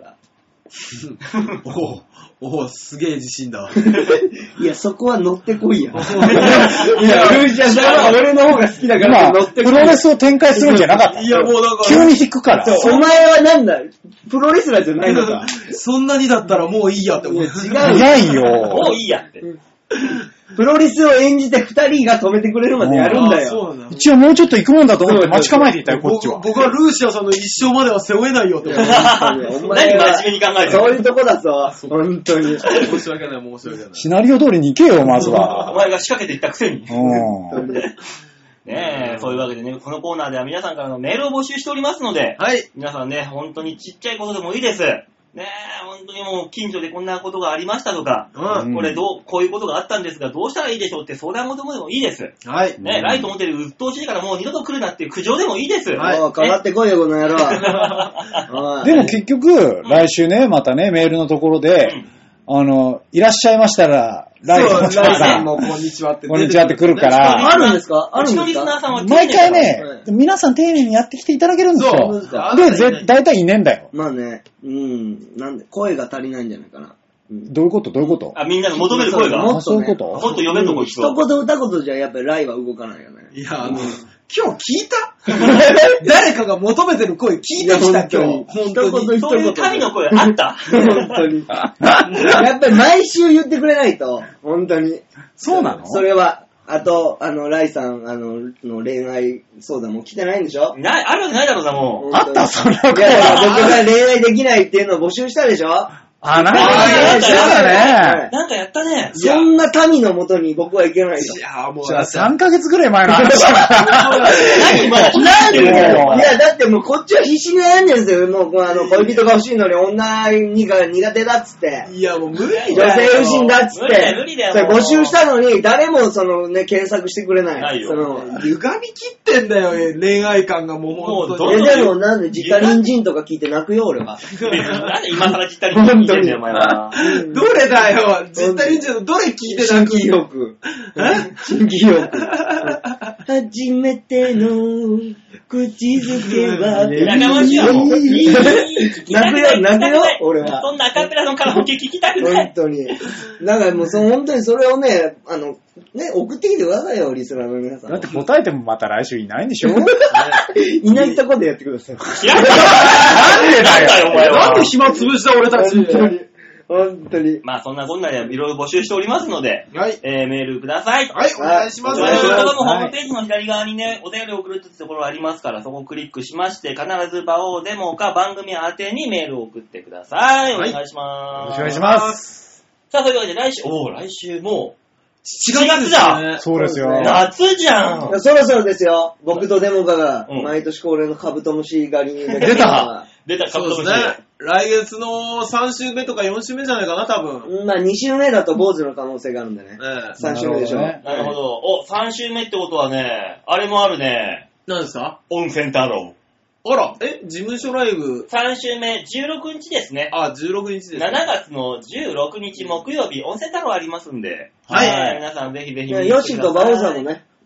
[SPEAKER 2] おお、すげえ自信だ。
[SPEAKER 4] いや、そこは乗ってこいや。いや、ルーシアさんは俺の方が好きだから乗ってこい。
[SPEAKER 5] プロレスを展開するんじゃなかった。
[SPEAKER 2] いや、もうなんか。
[SPEAKER 5] 急に引くから。
[SPEAKER 4] お前はなんだ、プロレスラーじゃないのか。
[SPEAKER 2] そんなにだったらもういいやって思う。違う。
[SPEAKER 5] 早いよ。
[SPEAKER 1] もういいやって。
[SPEAKER 4] プロレスを演じて二人が止めてくれるまでやるんだよ。
[SPEAKER 2] そうなんだ。
[SPEAKER 5] 一応もうちょっと行くもんだと思って待ち構えていたよ、こっちは。
[SPEAKER 2] 僕はルーシアさんの一生までは背負えないよって思う。
[SPEAKER 1] 何真面目に考えてる。
[SPEAKER 4] そういうとこだぞ。本当に。
[SPEAKER 2] 申し訳ない、申し訳ない。
[SPEAKER 5] シナリオ通りに行けよ、まずは。
[SPEAKER 1] お前が仕掛けていったくせに。
[SPEAKER 5] うん。
[SPEAKER 1] ねえ、そういうわけでね、このコーナーでは皆さんからのメールを募集しておりますので、
[SPEAKER 2] はい。
[SPEAKER 1] 皆さんね、本当にちっちゃいことでもいいです。ねえ、本当にもう近所でこんなことがありましたとか、
[SPEAKER 2] うん、
[SPEAKER 1] これどう、こういうことがあったんですが、どうしたらいいでしょうって相談事でもいいです。
[SPEAKER 2] はい。
[SPEAKER 1] ねえ、ライト持ってる鬱陶しいからもう二度と来るなっていう苦情でもいいです。
[SPEAKER 2] はい。
[SPEAKER 4] もうかかってこいよ、この野郎。
[SPEAKER 5] でも結局、来週ね、またね、メールのところで、うん、あの、いらっしゃいましたら、ライトの
[SPEAKER 2] さんもこんにちはって。
[SPEAKER 5] こんにちはって来るから。
[SPEAKER 4] あるんですかあるんですか
[SPEAKER 1] うちのリスナーさんは
[SPEAKER 5] 毎回ね、皆さん丁寧にやってきていただけるんですよ。で、ぜ、だいたいいねえんだよ。
[SPEAKER 4] まあね、うん、なんで、声が足りないんじゃないかな。
[SPEAKER 5] うん、どういうことどういうこと
[SPEAKER 1] あ、みんなの求める声が。
[SPEAKER 5] もっと、ね、そういうこと
[SPEAKER 1] もっと読めるとこ
[SPEAKER 4] 一言二言じゃやっぱりライは動かないよね。
[SPEAKER 2] いや、あの、今日聞いた誰かが求めてる声聞いてきた今日。
[SPEAKER 4] 本当に。
[SPEAKER 1] そういう神の声あった。
[SPEAKER 4] 本当に。やっぱり毎週言ってくれないと、本当に。
[SPEAKER 5] そうなの？
[SPEAKER 4] それは。あと、あの、ライさん、あの、の恋愛相談も来てないんでしょ？
[SPEAKER 1] ない、あるわけないだろうな、もう。
[SPEAKER 5] あったそんな
[SPEAKER 4] こと。いやいや、僕が恋愛できないっていうのを募集したでしょ？
[SPEAKER 5] あ、なんか
[SPEAKER 1] やった
[SPEAKER 5] ね。
[SPEAKER 1] なんかやったね。
[SPEAKER 4] そんな民のもとに僕はいけないと。
[SPEAKER 2] いや、もう。
[SPEAKER 5] じゃあさんかげつぐらい前の話
[SPEAKER 1] 何もう。
[SPEAKER 4] なんでいや、だってもうこっちは必死に悩んでるんですよ。もう、あの、恋人が欲しいのに女にが苦手だっつって。
[SPEAKER 2] いや、もう無理だよ。
[SPEAKER 4] 女性不信だっつって。
[SPEAKER 1] 無理だよ、無理だよ。
[SPEAKER 4] それ募集したのに、誰もそのね、検索してくれない。
[SPEAKER 1] ないよ。
[SPEAKER 4] その、
[SPEAKER 2] 歪み切ってんだよ、恋愛感がもう本当
[SPEAKER 4] に。え、でもなんで、ジタリンジンとか聞いて泣くよ、俺は。
[SPEAKER 1] なんで今更ジタリンジン聞いてんだよ、お前は。
[SPEAKER 2] どれだよジタリンジンのどれ聞いて泣く？
[SPEAKER 4] 新規欲。新規欲。初めての口づけは。
[SPEAKER 1] 仲間しはもう。
[SPEAKER 4] 泣くよ、泣くよ、俺は。
[SPEAKER 1] そんなアカペラのカラオケ聞きたくない。
[SPEAKER 4] 本当に。だからもうその本当にそれをね、あの、ね、送ってきてくださいよ、リスナーの皆さん。
[SPEAKER 5] だって答えてもまた来週いないんでしょ？
[SPEAKER 4] いないとこでやってください。
[SPEAKER 1] 知らんなんでだよ、お前は。
[SPEAKER 2] なんで暇潰した俺たち。
[SPEAKER 4] 本当に。本当に。
[SPEAKER 1] まあそんなこんなでいろいろ募集しておりますので、
[SPEAKER 2] はい。
[SPEAKER 1] えー、メールください。
[SPEAKER 2] はい、お願いします。
[SPEAKER 1] 我々のホームページの左側にね、お便りを送るってところありますから、そこをクリックしまして、必ず場をデモか番組宛てにメールを送ってください。お願いします。
[SPEAKER 5] よろしくお願いします。
[SPEAKER 1] さあ、というわけで来週、おー、来週もう、
[SPEAKER 2] しちがつだ。
[SPEAKER 5] そうですよ。
[SPEAKER 1] 夏じゃん。
[SPEAKER 4] そろそろですよ。僕とデモカが、毎年恒例のカブトムシ狩りに
[SPEAKER 5] 出た
[SPEAKER 1] 出た、カブトムシ。
[SPEAKER 2] そうですね。来月のさん週目とかよん週目じゃないかな、多分。
[SPEAKER 4] まあに週目だと坊主の可能性があるんでね。
[SPEAKER 2] ええ、
[SPEAKER 4] さん週目でしょ。
[SPEAKER 1] なるほど。お、さん週目ってことはね、あれもあるね。
[SPEAKER 2] 何ですか？
[SPEAKER 1] 温泉太郎。
[SPEAKER 2] あら、え、事務所ライブ。
[SPEAKER 1] さん週目、じゅうろくにちですね。
[SPEAKER 2] あ、じゅうろくにちです、ね。
[SPEAKER 1] しちがつのじゅうろくにち木曜日、温泉太郎ありますんで。
[SPEAKER 2] はい。
[SPEAKER 1] はい、皆さんぜひぜひ見てください。
[SPEAKER 4] ヨシとバオさんもね。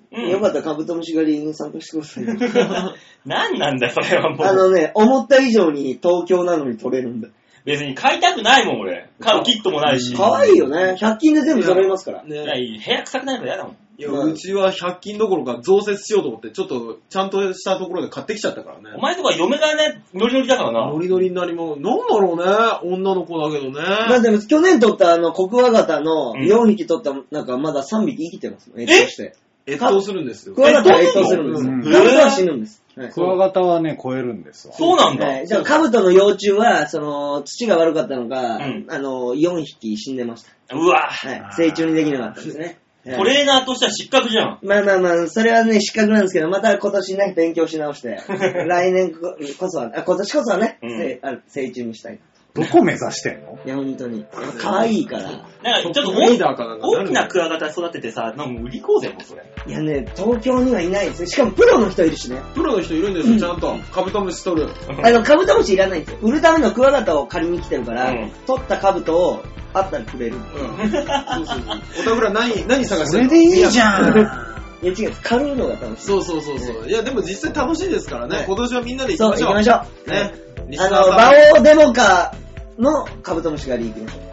[SPEAKER 1] うん
[SPEAKER 4] よかったらカブトムシ狩りに参加してくださいよ。
[SPEAKER 1] 何なんだよ、それはもう。
[SPEAKER 4] あのね、思った以上に東京なのに取れるんだ。
[SPEAKER 1] 別に買いたくないもん、俺。買うキットもないし。
[SPEAKER 4] かわいいよね。ひゃく均で全部揃いますから。
[SPEAKER 1] いや、
[SPEAKER 2] ね。
[SPEAKER 1] いい部屋臭くなるから嫌だもん。
[SPEAKER 2] いや、うちはひゃく均どころか増設しようと思って、ちょっとちゃんとしたところで買ってきちゃったからね。
[SPEAKER 1] お前とか嫁がね、ノリノリだからな。
[SPEAKER 2] ノリノリになりも、なんだろうね、女の子だけどね。
[SPEAKER 4] まあでも去年取ったあの、コクワガタの
[SPEAKER 1] うん
[SPEAKER 4] よんひき取った、なんかまださんびき生きてますもん、越冬して。
[SPEAKER 2] 越冬するんですよ
[SPEAKER 4] ク。ワガタは越冬するんですよ。
[SPEAKER 5] うん
[SPEAKER 4] カブトは死ぬんです。はい
[SPEAKER 5] クワガタはね、超えるんですわ。
[SPEAKER 1] そうなんだ。
[SPEAKER 4] はい。じゃあ、カブトの幼虫は、その、土が悪かったのか、
[SPEAKER 1] うん
[SPEAKER 4] あの、よんひき死んでました。
[SPEAKER 1] うわ
[SPEAKER 4] はい。成虫にできなかったんですね。はい
[SPEAKER 1] トレーナーとしては失格じゃん。
[SPEAKER 4] まあまあまあ、それはね、失格なんですけど、また今年ね、勉強し直して、来年ここそは、あ今年こそはね、
[SPEAKER 1] うん
[SPEAKER 4] せあ成虫にしたい。
[SPEAKER 5] どこ目指してんの？
[SPEAKER 4] いや、本当に。可愛いから。
[SPEAKER 1] なんかちょっと
[SPEAKER 2] トップリーダーかなんかなる
[SPEAKER 1] 大きなクワガタ育ててさ、なんか売りこうぜ、もうそれ。
[SPEAKER 4] いやね、東京にはいないですよ。しかもプロの人いるしね。
[SPEAKER 2] プロの人いるんですよ、ちゃんと。カブトムシ取る。
[SPEAKER 4] あの、カブトムシいらないんですよ。売るためのクワガタを借りに来てるから、
[SPEAKER 1] うん
[SPEAKER 4] 取ったカブトをあったらくれる。
[SPEAKER 2] うん。そうそうそう。おたくら何、何探してるの？
[SPEAKER 5] それでいいじゃん。
[SPEAKER 4] いや違う、借りるのが楽しい。
[SPEAKER 2] そうそうそうそう。いや、でも実際楽しいですからね。
[SPEAKER 4] はい
[SPEAKER 2] 今年はみんなで行き
[SPEAKER 4] そう、
[SPEAKER 2] ましょう。
[SPEAKER 4] 行きましょう。
[SPEAKER 2] ね。リス
[SPEAKER 4] あの、
[SPEAKER 2] ナーさん
[SPEAKER 4] バオデモカのカブトムシ狩り行きましょう。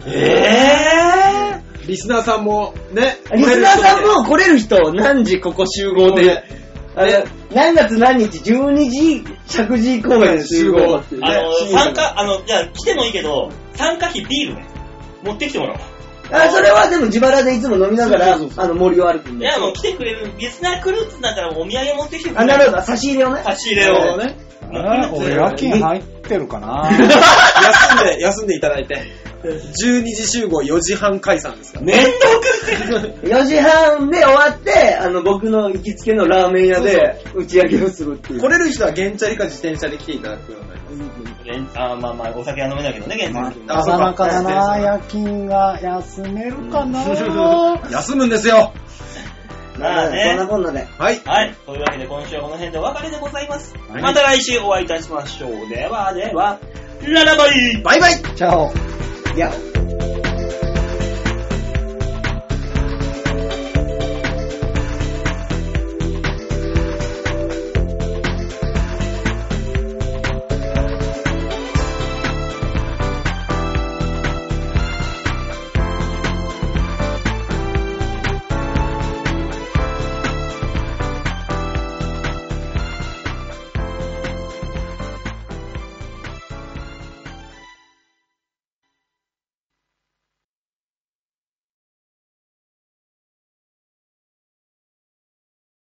[SPEAKER 1] え
[SPEAKER 2] リスナーさんも、ね。
[SPEAKER 4] リスナーさんも来れる人、何時ここ集合で、あれ、何月何日、じゅうにじ、石神井公園集合っていうね。
[SPEAKER 1] あの、参加、あの、じゃあ来てもいいけど、参加費ビールね。持ってきてもらおう。
[SPEAKER 4] あ、それはでも自腹でいつも飲みながら、
[SPEAKER 2] そうそうそう
[SPEAKER 4] あの、森を歩くんで。
[SPEAKER 1] いや、もう来てくれる、リスナー来るってなったらお土産持ってきてくれ
[SPEAKER 4] あ、なるほど、差し入れをね。
[SPEAKER 1] 差し入れを。
[SPEAKER 2] なるほどね。
[SPEAKER 5] あ俺夜勤入ってるかな。
[SPEAKER 2] 休んで、休んでいただいて。じゅうにじ集合よじはん解散ですからね。
[SPEAKER 1] めんどくせえ。
[SPEAKER 4] よじはんで終わって、あの、僕の行きつけのラーメン屋で打ち上げをするっていう。
[SPEAKER 2] 来れる人は原チャリか自転車で来ていただくようになります。
[SPEAKER 1] あまあまあ、お酒は飲めないけどね、現在。
[SPEAKER 5] なかなかだな、夜勤が休めるかな。
[SPEAKER 2] 休むんですよ。
[SPEAKER 1] まあね
[SPEAKER 4] そんなこんなで。
[SPEAKER 2] はい。
[SPEAKER 1] はい。というわけで今週はこの辺でお別れでございます。
[SPEAKER 5] はい
[SPEAKER 1] また来週お会いいたしましょう。ではでは、ララバイ
[SPEAKER 2] バイバイ。
[SPEAKER 5] チャオ。
[SPEAKER 4] いや。